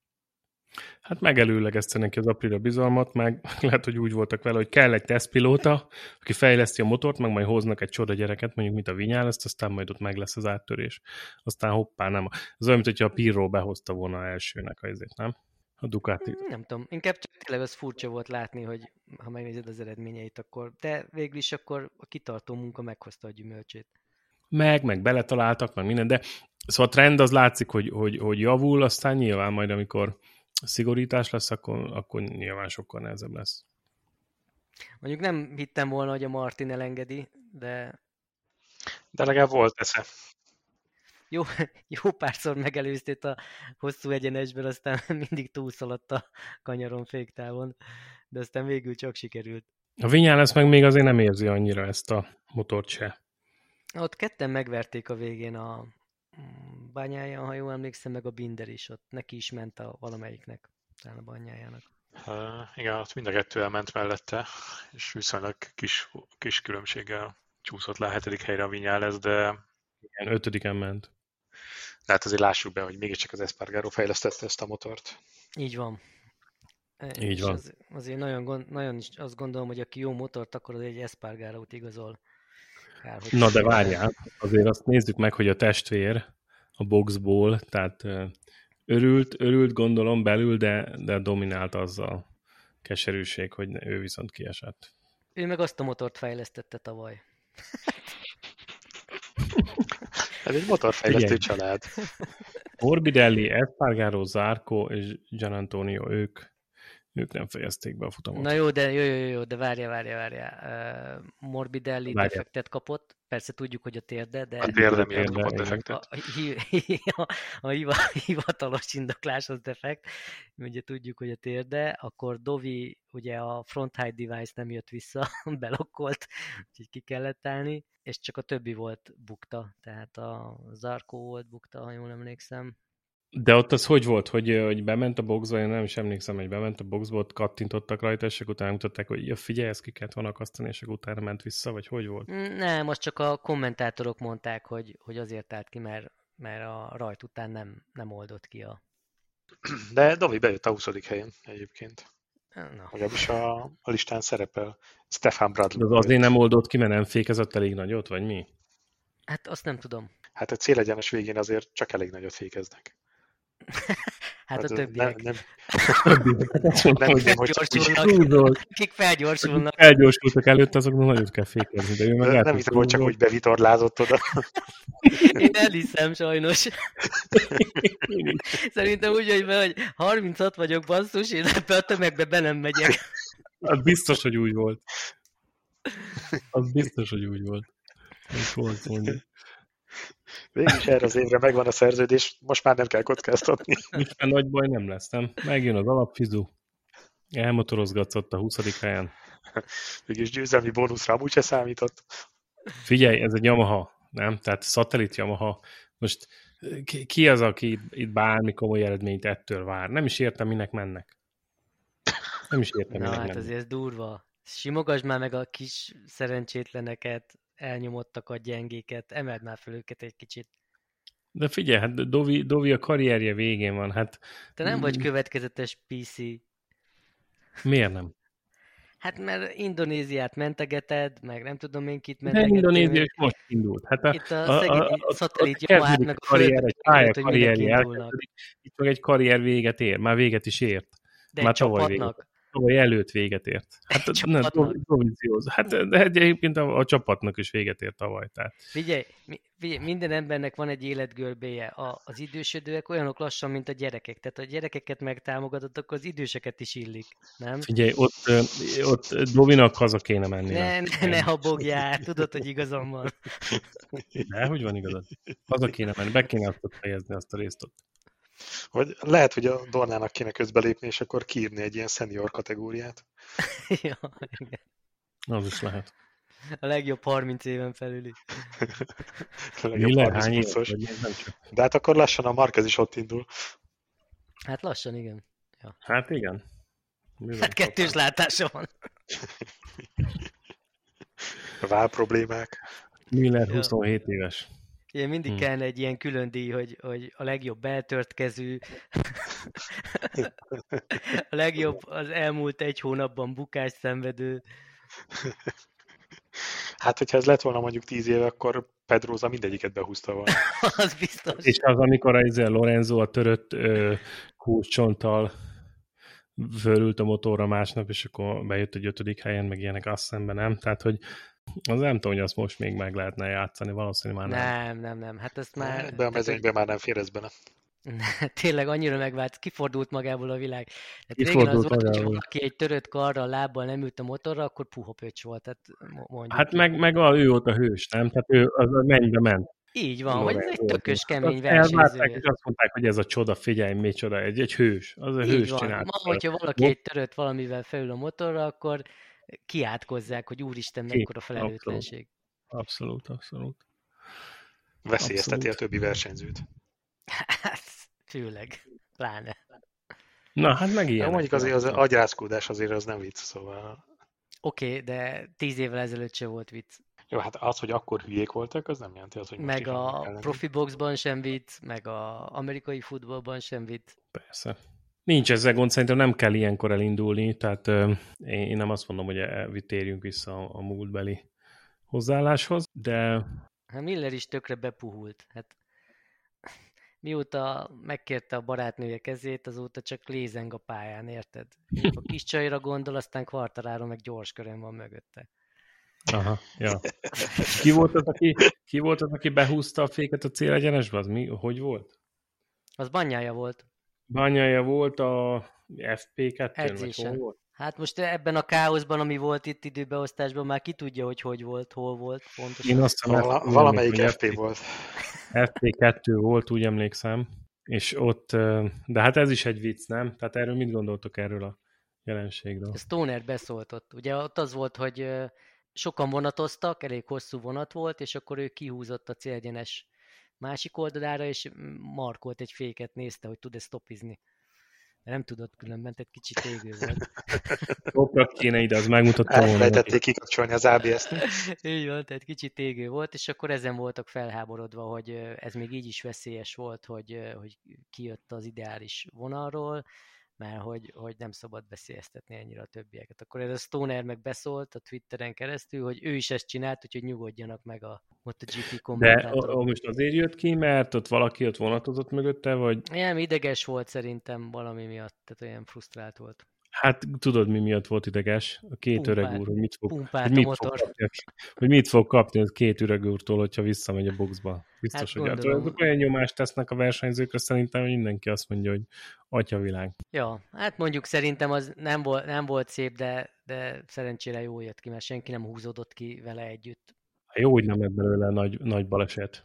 Hát megelőlegezte neki az Aprilia bizalmat, meg lehet, hogy úgy voltak vele, hogy kell egy tesztpilóta, aki fejleszti a motort, meg majd hoznak egy csoda gyereket, mondjuk mint a Vinyales, aztán majd ott meg lesz az áttörés. Aztán hoppá, nem. Ez olyan, mint hogyha a Pirro behozta volna elsőnek a ezért, nem? A Ducati. Nem tudom, inkább csak tényleg az furcsa volt látni, hogy ha megnézed az eredményeit, akkor, de végül is akkor a kitartó munka meghozta a gyümölcsét. Meg, meg beletaláltak, meg minden, de szóval a trend az látszik, hogy, hogy, hogy javul, aztán nyilván majd, amikor szigorítás lesz, akkor, akkor nyilván sokkal nehezebb lesz. Mondjuk nem hittem volna, hogy a Martin elengedi, de... De legalább volt esze. Jó, jó párszor megelőztét a hosszú egyenesben, aztán mindig túlszaladt a kanyaron féktávon, de aztán végül csak sikerült. A Vinyales meg még azért nem érzi annyira ezt a motort se. Ott ketten megverték a végén a Banyája, ha jól emlékszem, meg a Binder is, ott neki is ment a valamelyiknek, talán a Banyájának. Uh, igen, ott mind a kettő elment mellette, és viszonylag kis, kis különbséggel csúszott le a hetedik helyre a Vinyales, de... Igen, ötödiken ment. De hát azért lássuk be, hogy mégiscsak az Espargaró fejlesztette ezt a motort. Így van. Így és van. Az, azért nagyon, gond, nagyon is azt gondolom, hogy aki jó motort akar, az egy Espargarót igazol. Kár, hogy Na de várjál, azért azt nézzük meg, hogy a testvér a boxból, tehát örült, örült gondolom belül, de, de dominált azzal keserűség, hogy ő viszont kiesett. Ő meg azt a motort fejlesztette tavaly. Ez egy motorfejlesztő Igen. család. Morbidelli, Espargaró, Zarco és Gianantonio, ők, ők nem fejezték be a futamot. Na jó, de jó, jó, jó, de várja, várja, várja. Uh, Morbidelli Várja. defektet kapott, persze tudjuk, hogy a térde, de A térde miatt térde, kapott igen. defektet. a, a, a, a hivatalos indoklás az defekt, ugye tudjuk, hogy a térde, akkor Dovi, ugye a front hide device nem jött vissza, belokkolt, úgyhogy ki kellett állni, és csak a többi volt bukta, tehát a Zarco volt bukta, ha jól emlékszem. De ott az hogy volt, hogy, hogy bement a boxba, én nem is emlékszem, hogy bement a boxba, ott kattintottak rajta, és utána mutatták, hogy ja, figyelj, ezt ki kellett volna akasztani, és utána ment vissza, vagy hogy volt? Nem, most csak a kommentátorok mondták, hogy, hogy azért állt ki, mert, mert a rajt után nem, nem oldott ki a... De Dovi bejött a huszadik helyen egyébként. Na. Legalábbis a, a listán szerepel Stefan Bradley. De az azért nem oldott ki, mert nem fékezett elég nagyot, vagy mi? Hát azt nem tudom. Hát a célegyenes végén azért csak elég nagyot fékeznek. Hát a ez többiek. Nem, nem, nem hiszem, hogy csak úgy, Akik felgyorsulnak. Felgyorsultak előtt, azoknak nagyot kell fékezni, de ő meg nem hiszem, hogy csak úgy bevitorlázott oda. Én elhiszem sajnos. Szerintem úgy, hogy, be, hogy harminchat vagyok basszus, én ebbe a tömegbe be nem megyek. Az biztos, hogy úgy volt. Az biztos, hogy úgy volt. Végülis erre az évre megvan a szerződés, most már nem kell kockáztatni. Most már nagy baj nem lesz, nem? Megjön az alapfizu, elmotorozgatsz ott a huszadik helyen. Végülis győzelmi bónuszra amúgy se számított. Figyelj, ez egy Yamaha, nem? Tehát szatellit Yamaha. Most ki, ki az, aki itt bármi komoly eredményt ettől vár? Nem is értem, minek mennek. Nem is értem, Na minek hát mennek. azért ez durva. Simogasd már meg a kis szerencsétleneket, elnyomottakat, gyengéket, emeld már fel őket egy kicsit. De figyelj, hát Dovi, Dovi a karrierje végén van, hát... Te nem vagy következetes pé cé. Miért nem? Hát mert Indonéziát mentegeted, meg nem tudom én kit De mentegettél. Indonézia is most indult. Hát a, Itt a szegény szatellit Yamahát meg a karrier, földbe egy pálya hogy minek karrierje indulnak. elkezdődik, itt meg egy karrier véget ér, már véget is ért. De Már egy tavaly csapatnak. Tavaly előtt véget ért. Hát, Egy nem, csapatnak. provízióz. Hát de egyébként a, a csapatnak is véget ért tavaly. Tehát. Figyelj, mi, figyelj, minden embernek van egy életgörbéje. A, az idősödőek olyanok lassan, mint a gyerekek. Tehát ha a gyerekeket megtámogatod, akkor az időseket is illik, nem? Figyelj, ott, ott Dovinak haza kéne menni. Ne, ne, ne habogjál, tudod, hogy igazam van. De, hogy van igazad? Haza kéne menni, be kéne azt fejezni azt a részt ott. Vagy lehet, hogy a Dornának kéne közbelépni, és akkor kiírni egy ilyen senior kategóriát. Ja, igen. Az is lehet. A legjobb harminc éven felüli. Miller hány éves vagy? Nem csak. De hát akkor lassan a Marquez is ott indul. Hát lassan, igen. Ja. Hát igen. Bizony, Hát kettős totál. látása van. Vál problémák. Miller Ja. huszonhét éves. Ilyen mindig Hmm. kellene egy ilyen külön díj, hogy, hogy a legjobb eltört kezű, a legjobb az elmúlt egy hónapban bukást szenvedő. Hát, hogyha ez lett volna mondjuk tíz éve, akkor Pedroza mindegyiket behúzta volna. Az biztos. És az, amikor a Lorenzo a törött ö, kulcscsonttal fölült a motorra másnap, és akkor bejött egy ötödik helyen, meg ilyenek azt szemben, nem? Tehát, hogy az nem tudom, hogy azt most még meg lehetne játszani, valószínűleg már nem. Nem, nem, nem. Hát ezt már... Ebbe a mezőnyben már nem fér ez benne. Tényleg annyira megvált, kifordult magából a világ. Tehát régen Kifordult az volt, hogy magából. valaki egy törött karral, lábbal nem ült a motorra, akkor puha pöcs volt. Tehát mondjuk. Hát meg, meg a, ő volt a hős, nem? Tehát ő az a mennybe ment. Így van, hogy ez egy Lorenzo. tökös, kemény Azt elvárták, versenyző. és azt mondták, hogy ez a csoda, figyelj, mi csoda, egy, egy hős. Az a Így hős van. csinált. Ma, hogyha valaki egy törött valamivel felül a motorra, akkor kiátkozzák, hogy úristen, Ki? mekkora felelőtlenség. Abszolút, abszolút. Veszélyezteti Abszolút. a többi versenyzőt. Hát, főleg, pláne. Na, hát meg Ja, ilyen. mondjuk azért az agyrázkódás azért az nem vicc, szóval... Oké, okay, de tíz évvel ezelőtt se volt vicc. Jó, hát az, hogy akkor hülyék voltak, az nem jelenti az, hogy most Meg is annak a kell lenni. profi boxban sem vicc, meg a amerikai futballban sem vicc. Persze. Nincs ezzel gond, szerintem nem kell ilyenkor elindulni, tehát ö, én nem azt mondom, hogy elvitérjünk vissza a, a múltbeli hozzáálláshoz, de Hát Miller is tökre bepuhult. Hát mióta megkérte a barátnője kezét, azóta csak lézeng a pályán, érted? A kis csajra gondol, aztán Quartararo meg gyors körön van mögötte. aha, ja. Ki volt az, aki, ki volt az, aki behúzta a féket a célegyenesbe? Az mi, hogy volt? Az Bagnaia volt. Bányája volt a ef pé kettőn, vagy hol Edzésen. volt? Hát most ebben a káoszban, ami volt itt időbeosztásban, már ki tudja, hogy hogy volt, hol volt Én pontosan. azt hiszem, Vala, úgy emlékszem, valamelyik hogy ef pé volt. ef pé kettő volt, úgy emlékszem, és ott, de hát ez is egy vicc, nem? Tehát erről mit gondoltok erről a jelenségről? A Stoner beszólt ott. Ugye ott az volt, hogy ö, sokan vonatoztak, elég hosszú vonat volt, és akkor ő kihúzott a célegyenes másik oldalára, és markolt egy féket, nézte, hogy tud-e stopizni. De nem tudott különben, tehát kicsit égő volt. Toprak kéne ide, az megmutatta volna. Elfelejtették kikapcsolni az á bé es-t. Így van, tehát kicsit égő volt, és akkor ezen voltak felháborodva, hogy ö, ez még így is veszélyes volt, hogy, ö, hogy kijött az ideális vonalról, mert hogy, hogy nem szabad veszélyeztetni ennyire a többieket. Akkor ez a Stoner meg beszólt a Twitteren keresztül, hogy ő is ezt csinált, úgyhogy nyugodjanak meg a MotoGP De kommentátorok. o, o, most azért jött ki, mert ott valaki ott vonatozott mögötte, vagy Ilyen ideges volt szerintem valami miatt, tehát olyan frusztrált volt. hát tudod, mi miatt volt ideges? A két Pumpált- öreg úr, hogy mit fog, Pumpált hogy a mit fog motor. kapni, hogy mit fog kapni az két öreg úrtól, hogyha visszamegy a boxba. Biztos, Hát hogy gondolom. azok olyan nyomást tesznek a versenyzőkre, szerintem, hogy mindenki azt mondja, hogy atyavilág. Ja, hát mondjuk szerintem az nem volt, nem volt szép, de, de szerencsére jól jött ki, mert senki nem húzódott ki vele együtt. Jó, hogy nem lett belőle nagy, nagy baleset.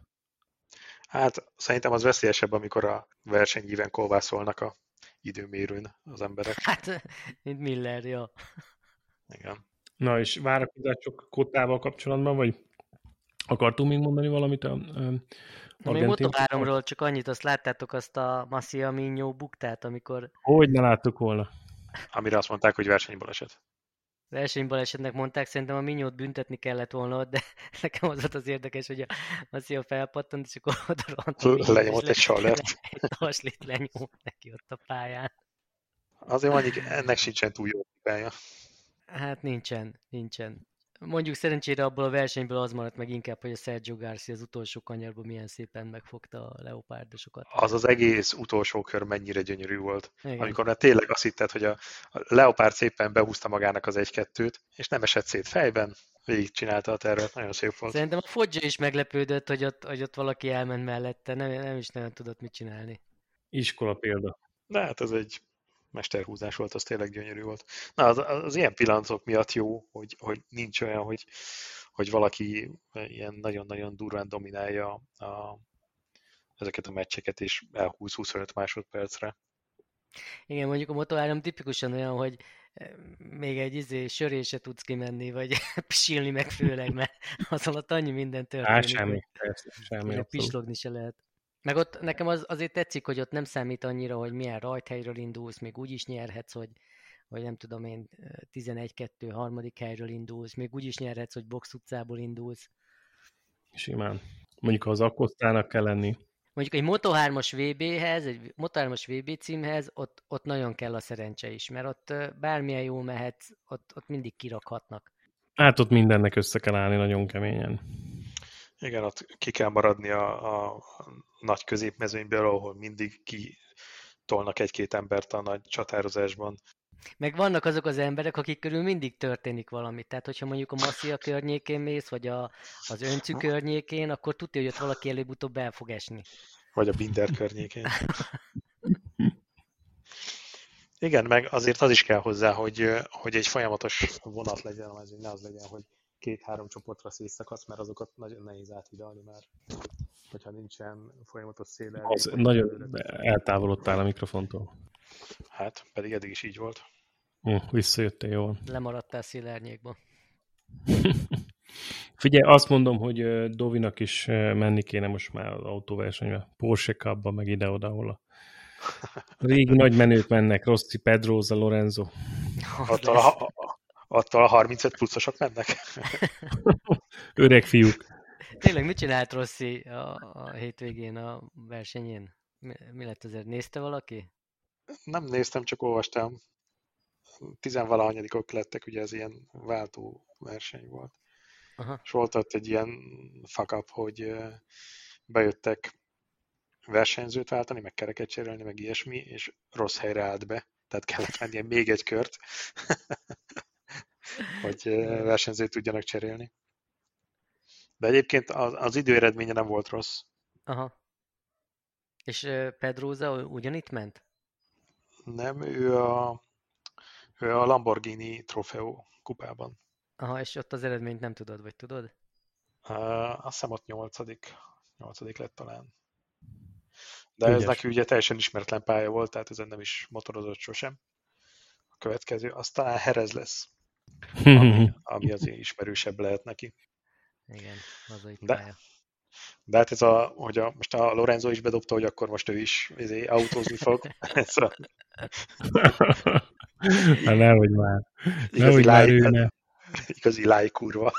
Hát szerintem az veszélyesebb, amikor a versenyíven kolvászolnak a időmérőn az emberek. Hát, mint Miller, ja. Igen. Na és várakozások Kottával kapcsolatban, vagy akartunk még mondani valamit a, a Na, még Moto háromról csak annyit, azt láttátok azt a Massia Mignó buktát, amikor Hogy ne láttuk volna? Amire azt mondták, hogy versenybaleset. versenybalesetnek mondták, szerintem a Mignót büntetni kellett volna ott, de nekem az volt az érdekes, hogy a Massia felpattant, és akkor oda rohant a Mignót, és Lenyomott le- egy sallert. egy taslit lenyomott neki ott a pályán. Azért mondjuk ennek sincsen túl jó hibája. Hát nincsen, nincsen. Mondjuk szerencsére abból a versenyből az maradt meg inkább, hogy a Sergio Garcia az utolsó kanyarban milyen szépen megfogta a leopárdosokat. Az az egész utolsó kör mennyire gyönyörű volt. Igen. Amikor már tényleg azt hitted, hogy a a Leopard szépen behúzta magának az egy-kettőt, és nem esett szét fejben, végigcsinálta a tervet, nagyon szép volt. Szerintem a Foggia is meglepődött, hogy ott, hogy ott valaki elment mellette, nem, nem is nagyon tudott mit csinálni. Iskola példa. De hát ez egy mesterhúzás volt, az tényleg gyönyörű volt. Na, az, az ilyen pillanatok miatt jó, hogy, hogy nincs olyan, hogy, hogy valaki ilyen nagyon-nagyon durván dominálja a, ezeket a meccseket, és elhúz huszonöt másodpercre. Igen, mondjuk a Moto három tipikusan olyan, hogy eh, még egy izé söré se tudsz kimenni, vagy pisilni meg főleg, mert az alatt annyi minden Á, történik, semmi, hogy persze, semmi tényleg abszolút. pislogni se lehet. Meg ott nekem az, azért tetszik, hogy ott nem számít annyira, hogy milyen rajthelyről indulsz, még úgy is nyerhetsz, hogy, hogy nem tudom én, tizenegy kettő harmadik helyről indulsz, még úgy is nyerhetsz, hogy box utcából indulsz. Simán. Mondjuk, ha az Akkosztának kell lenni. Mondjuk egy Moto hármas vé bé-hez, egy Moto hármas vé bé címhez, ott, ott nagyon kell a szerencse is, mert ott ö, bármilyen jól mehetsz, ott, ott mindig kirakhatnak. Hát ott mindennek össze kell állni nagyon keményen. Igen, ott ki kell maradni a, a nagy középmezőnyből, ahol mindig kitolnak egy-két embert a nagy csatározásban. Meg vannak azok az emberek, akik körül mindig történik valami. Tehát, hogyha mondjuk a Massia környékén mész, vagy a, az Öncü környékén, akkor tudja, hogy ott valaki előbb-utóbb el fog esni. Vagy a Binder környékén. Igen, meg azért az is kell hozzá, hogy, hogy egy folyamatos vonat legyen, az ne az legyen, hogy két-három csoportra szétszakadsz, mert azokat nagyon nehéz áthidalni már. Hogyha nincsen folyamatos széle. Az nagyon eltávolodtál a mikrofontól. Hát, pedig eddig is így volt. Hm, visszajöttél jól. Lemaradtál szilárnyékba. Figyelj, azt mondom, hogy Dovinak is menni kéne most már az autóversenybe. Porsche Cup-ba, meg ide-oda, ahol a régi nagy menők mennek. Rossi, Pedrosa, Lorenzo. Attól a, attól a harmincöt pluszosok mennek? Öreg fiúk. Tényleg, mit csinált Rossi a, a hétvégén a versenyén? Mi, mi lett azért? Nézte valaki? Nem néztem, csak olvastam. Tizenvalahanyadikok lettek, ugye ez ilyen váltó verseny volt. Aha. És volt ott egy ilyen fuck up, hogy bejöttek versenyzőt váltani, meg kereket cserélni, meg ilyesmi, és rossz helyre állt be. Tehát kellett mennie még egy kört, hogy versenyzőt tudjanak cserélni. De egyébként az, az idő eredménye nem volt rossz. Aha. És uh, Pedrosa ugyanitt ment? Nem, ő a, ő a Lamborghini Trofeo kupában. Aha, és ott az eredményt nem tudod, vagy tudod? Uh, azt hiszem ott nyolcadik, nyolcadik lett talán. De ez Ügyes. neki ugye teljesen ismeretlen pálya volt, tehát ezen nem is motorozott sosem. A következő, az talán Jerez lesz, ami, ami azért ismerősebb lehet neki. Igen, hazai De, pálya. de hát ez a, hogy a, most a Lorenzo is bedobta, hogy akkor most ő is ezért autózni fog. Ez a Hát nehogy már. igazi Nehogy már láj, ő ne. igazi láj kurva.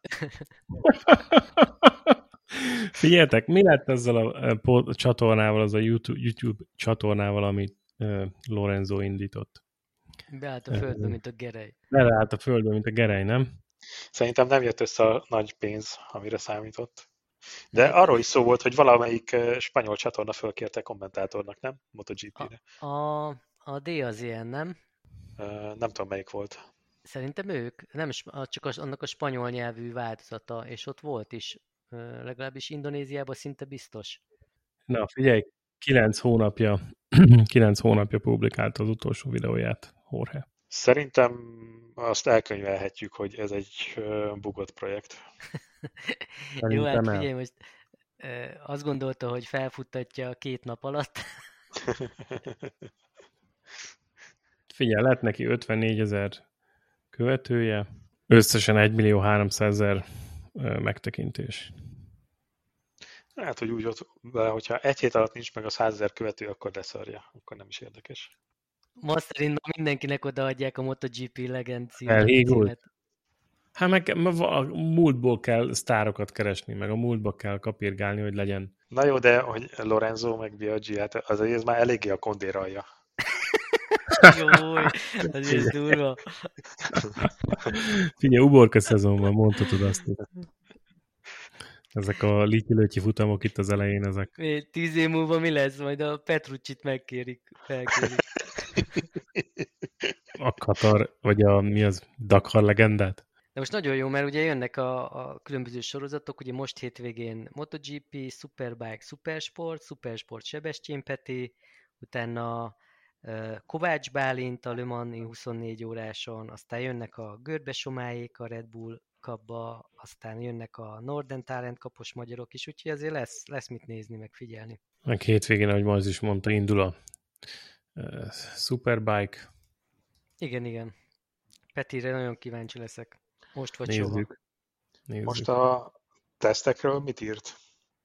Figyeljetek, mi lett ezzel a, a csatornával, az a YouTube, YouTube csatornával, amit uh, Lorenzo indított? Beállt a földbe, mint a gerej. Beleállt a földbe, mint a gerej, nem? Szerintem nem jött össze a nagy pénz, amire számított. De arról is szó volt, hogy valamelyik spanyol csatorna fölkérte kommentátornak, nem? MotoGP-re. A, a, a D az ilyen, nem? Nem tudom, melyik volt. Szerintem ők, nem csak az, annak a spanyol nyelvű változata, és ott volt is, legalábbis Indonéziában szinte biztos. Na, figyelj, kilenc hónapja, kilenc hónapja publikálta az utolsó videóját, Jorge. Szerintem azt elkönyvelhetjük, hogy ez egy bugott projekt. Jó, hát figyelj, most azt gondolta, hogy felfuttatja két nap alatt. Figyelj, lett neki ötvennégyezer követője, összesen egymillió háromszázezer megtekintés. Hát, hogy úgy ott, de hogyha egy hét alatt nincs meg a százezer követő, akkor leszarja, akkor nem is érdekes. Ma szerint mindenkinek odaadják a MotoGP Legend címet. Hát meg a múltból kell sztárokat keresni, meg a múltba kell kapirgálni, hogy legyen. Na jó, de hogy Lorenzo meg Biaggi, hát az, ez már eléggé a kondéralja. Jó, az ez durva. Figyelj, uborka szezonban mondhatod azt. Ezek a lítilőtyi futamok itt az elején, ezek. Tíz év múlva mi lesz? Majd a Petrucsit megkérik, felkérik. A Katar, vagy a mi az, Dakar legendát? De most nagyon jó, mert ugye jönnek a, a különböző sorozatok, ugye most hétvégén MotoGP, Superbike, Supersport, Supersport Sebestyén Peti, utána uh, Kovács Bálint a Le Mans huszonnégy óráson, aztán jönnek a Görbe Somáék a Red Bull Cupba, aztán jönnek a Norden Talent kapos magyarok is, úgyhogy azért lesz, lesz mit nézni, meg figyelni. Meg hétvégén, ahogy Majz is mondta, indul a uh, Superbike. Igen, igen. Petire nagyon kíváncsi leszek. Most vagy Nézzük. soha. Nézzük. Most a tesztekről mit írt?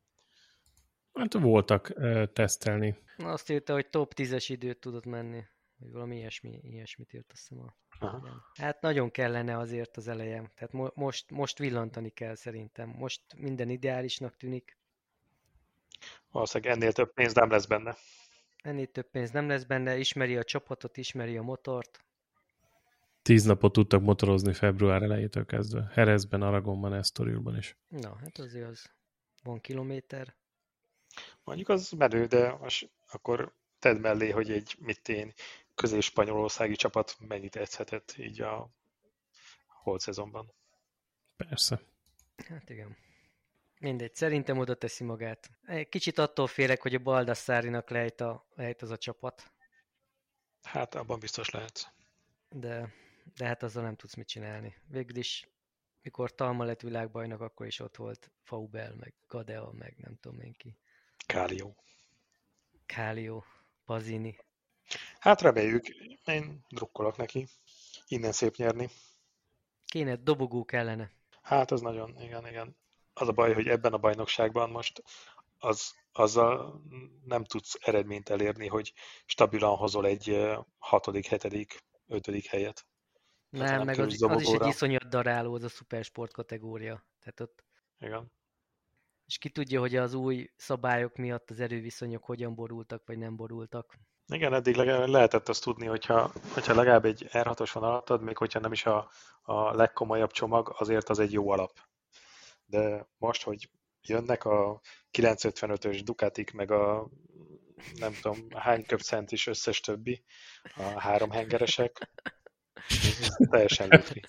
Hát voltak uh, tesztelni. Azt írta, hogy top tízes időt tudott menni. Vagy valami ilyesmi, ilyesmit írt, azt hiszem. A... Hát nagyon kellene azért az eleje. Tehát mo- most, most villantani kell szerintem. Most minden ideálisnak tűnik. Valószínűleg ennél több pénz nem lesz benne. Ennél több pénz nem lesz benne. Ismeri a csapatot, ismeri a motort. Tíz napot tudtak motorozni február elejétől kezdve. Jerezben, Aragonban, Estorilban is. Na, hát azért az van kilométer. Mondjuk az menő, de most akkor tedd mellé, hogy egy mit én közép-spanyolországi csapat mennyit edzhetett így a holt szezonban. Persze. Hát igen. Mindegy, szerintem oda teszi magát. Kicsit attól félek, hogy a Baldassarinak lejt, a, lejt az a csapat. Hát abban biztos lehet. De, de hát azzal nem tudsz mit csinálni. Végül is, mikor Talma lett világbajnok, akkor is ott volt Faubel, meg Gadea, meg nem tudom én ki. Kálió. Kálió, Pazini. Hát reméljük, én drukkolok neki. Innen szép nyerni. Kéne, dobogó kellene. Hát az nagyon, igen, igen. Az a baj, hogy ebben a bajnokságban most az, azzal nem tudsz eredményt elérni, hogy stabilan hozol egy hatodik, hetedik, ötödik helyet. Nem, nem meg az, az is egy iszonyat daráló, az a szupersport kategória. Tehát ott... Igen. És ki tudja, hogy az új szabályok miatt az erőviszonyok hogyan borultak, vagy nem borultak. Igen, eddig lehetett azt tudni, hogyha, hogyha legalább egy er hatos van alattad, még hogyha nem is a, a legkomolyabb csomag, azért az egy jó alap. De most, hogy jönnek a kilencszázötvenötös Ducatik, meg a nem tudom, hány köpcent is összes többi, a három hengeresek, teljesen lőtri.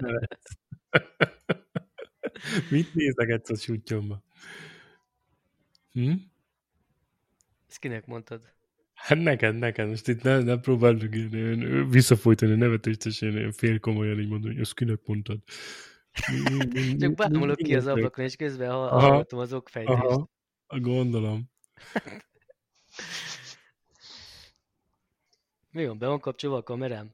Mit nézegetsz a sutyomba? Hm? Ezt kinek mondtad? Hát neked, neked. Most itt nem, nem próbáljuk visszafolytani a nevetést, és én fél komolyan így mondom, hogy ezt kinek mondtad. Csak bámulok ki az ablakon, és közben Aha, hallgatom az okfejtést. aha, gondolom. Mi van, be van kapcsolva a kamerám?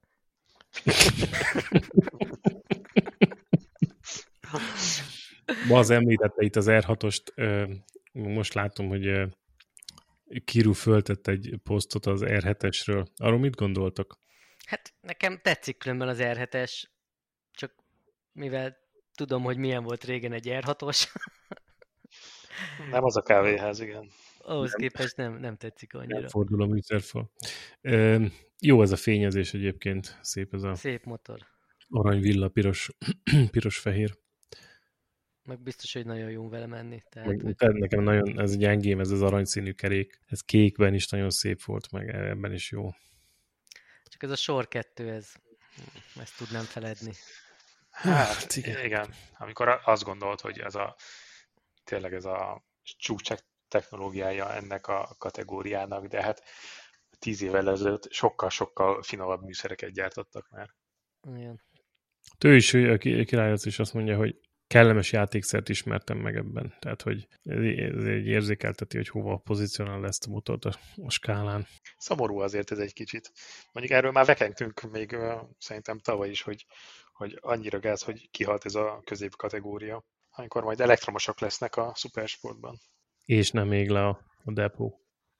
Ma az említette itt az er hatost, most látom, hogy Kiru föltett egy posztot az er hetesről. Arról mit gondoltok? Hát nekem tetszik különben az er hetes, csak mivel tudom, hogy milyen volt régen egy er hatos. Nem az a kávéház, igen. Ahhoz nem. képest nem, nem tetszik annyira. Nem fordul a műszerfa. E, jó ez a fényezés egyébként, szép ez a... Szép motor. Aranyvilla, piros, piros-fehér. Meg biztos, hogy nagyon jó vele menni. Tehát, meg, hogy... tehát nekem nagyon, ez gyengém, ez az aranyszínű kerék. Ez kékben is nagyon szép volt, meg ebben is jó. Csak ez a sor kettő, ez, ezt tudnám feledni. Hát igen. igen. Amikor azt gondolt, hogy ez a tényleg ez a csúcs technológiája ennek a kategóriának, de hát tíz évvel ezelőtt sokkal-sokkal finomabb műszereket gyártottak már. Igen. Ő is, a királyos is azt mondja, hogy kellemes játékszert ismertem meg ebben. Tehát, hogy ez egy érzékelteti, hogy hova pozícionál ezt a motort a, a skálán. Szomorú azért ez egy kicsit. Mondjuk erről már vekengtünk még uh, szerintem tavaly is, hogy, hogy annyira gáz, hogy kihalt ez a középkategória, amikor majd elektromosak lesznek a szupersportban. És nem még le a, a depó.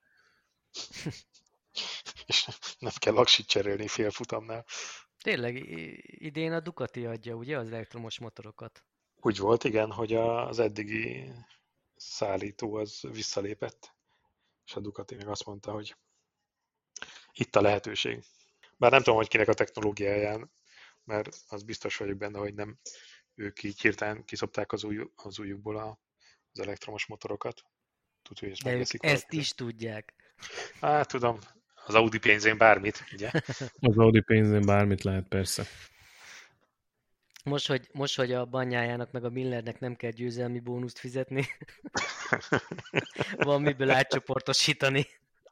És nem kell aksit cserélni fél futamnál. Tényleg, idén a Ducati adja, ugye, az elektromos motorokat? Úgy volt, igen, hogy az eddigi szállító az visszalépett, és a Ducati meg azt mondta, hogy itt a lehetőség. Bár nem tudom, hogy kinek a technológiáján, mert az biztos vagyok benne, hogy nem ők így hirtelen kiszopták az, új, az újukból a, az elektromos motorokat. Tud, hogy ezt De ők ezt valaki. Is tudják. Hát tudom, az Audi pénzén bármit, ugye? Az Audi pénzén bármit lehet, persze. Most, hogy, most, hogy a Banyájának meg a Millernek nem kell győzelmi bónuszt fizetni, van miből átcsoportosítani.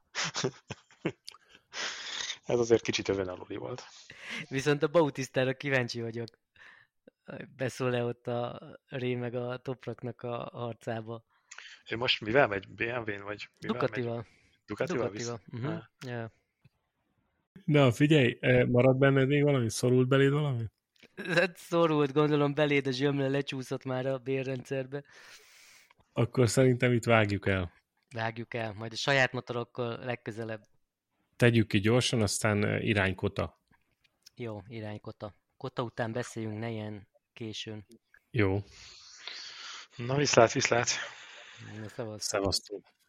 Ez azért kicsit övenaluli volt. Viszont a Bautisztára kíváncsi vagyok. Beszól-e ott a Ré meg a Topraknak a harcába? Ő most mivel megy? bé em vén vagy? Ducatival. Megy? Ducatival? Ducatival. Uh-huh. Ah. Yeah. Na figyelj, marad benned még valami? Szorult beléd valami? Hát szorult, gondolom beléd a zsömle lecsúszott már a bérrendszerbe. Akkor szerintem itt vágjuk el. Vágjuk el, majd a saját motorokkal legközelebb. Tegyük ki gyorsan, aztán irány Kota. Jó, irány Kota. Kota után beszéljünk, ne ilyen későn. Jó. Na, viszlát, viszlát. Na, szevasztok. Szevasztok.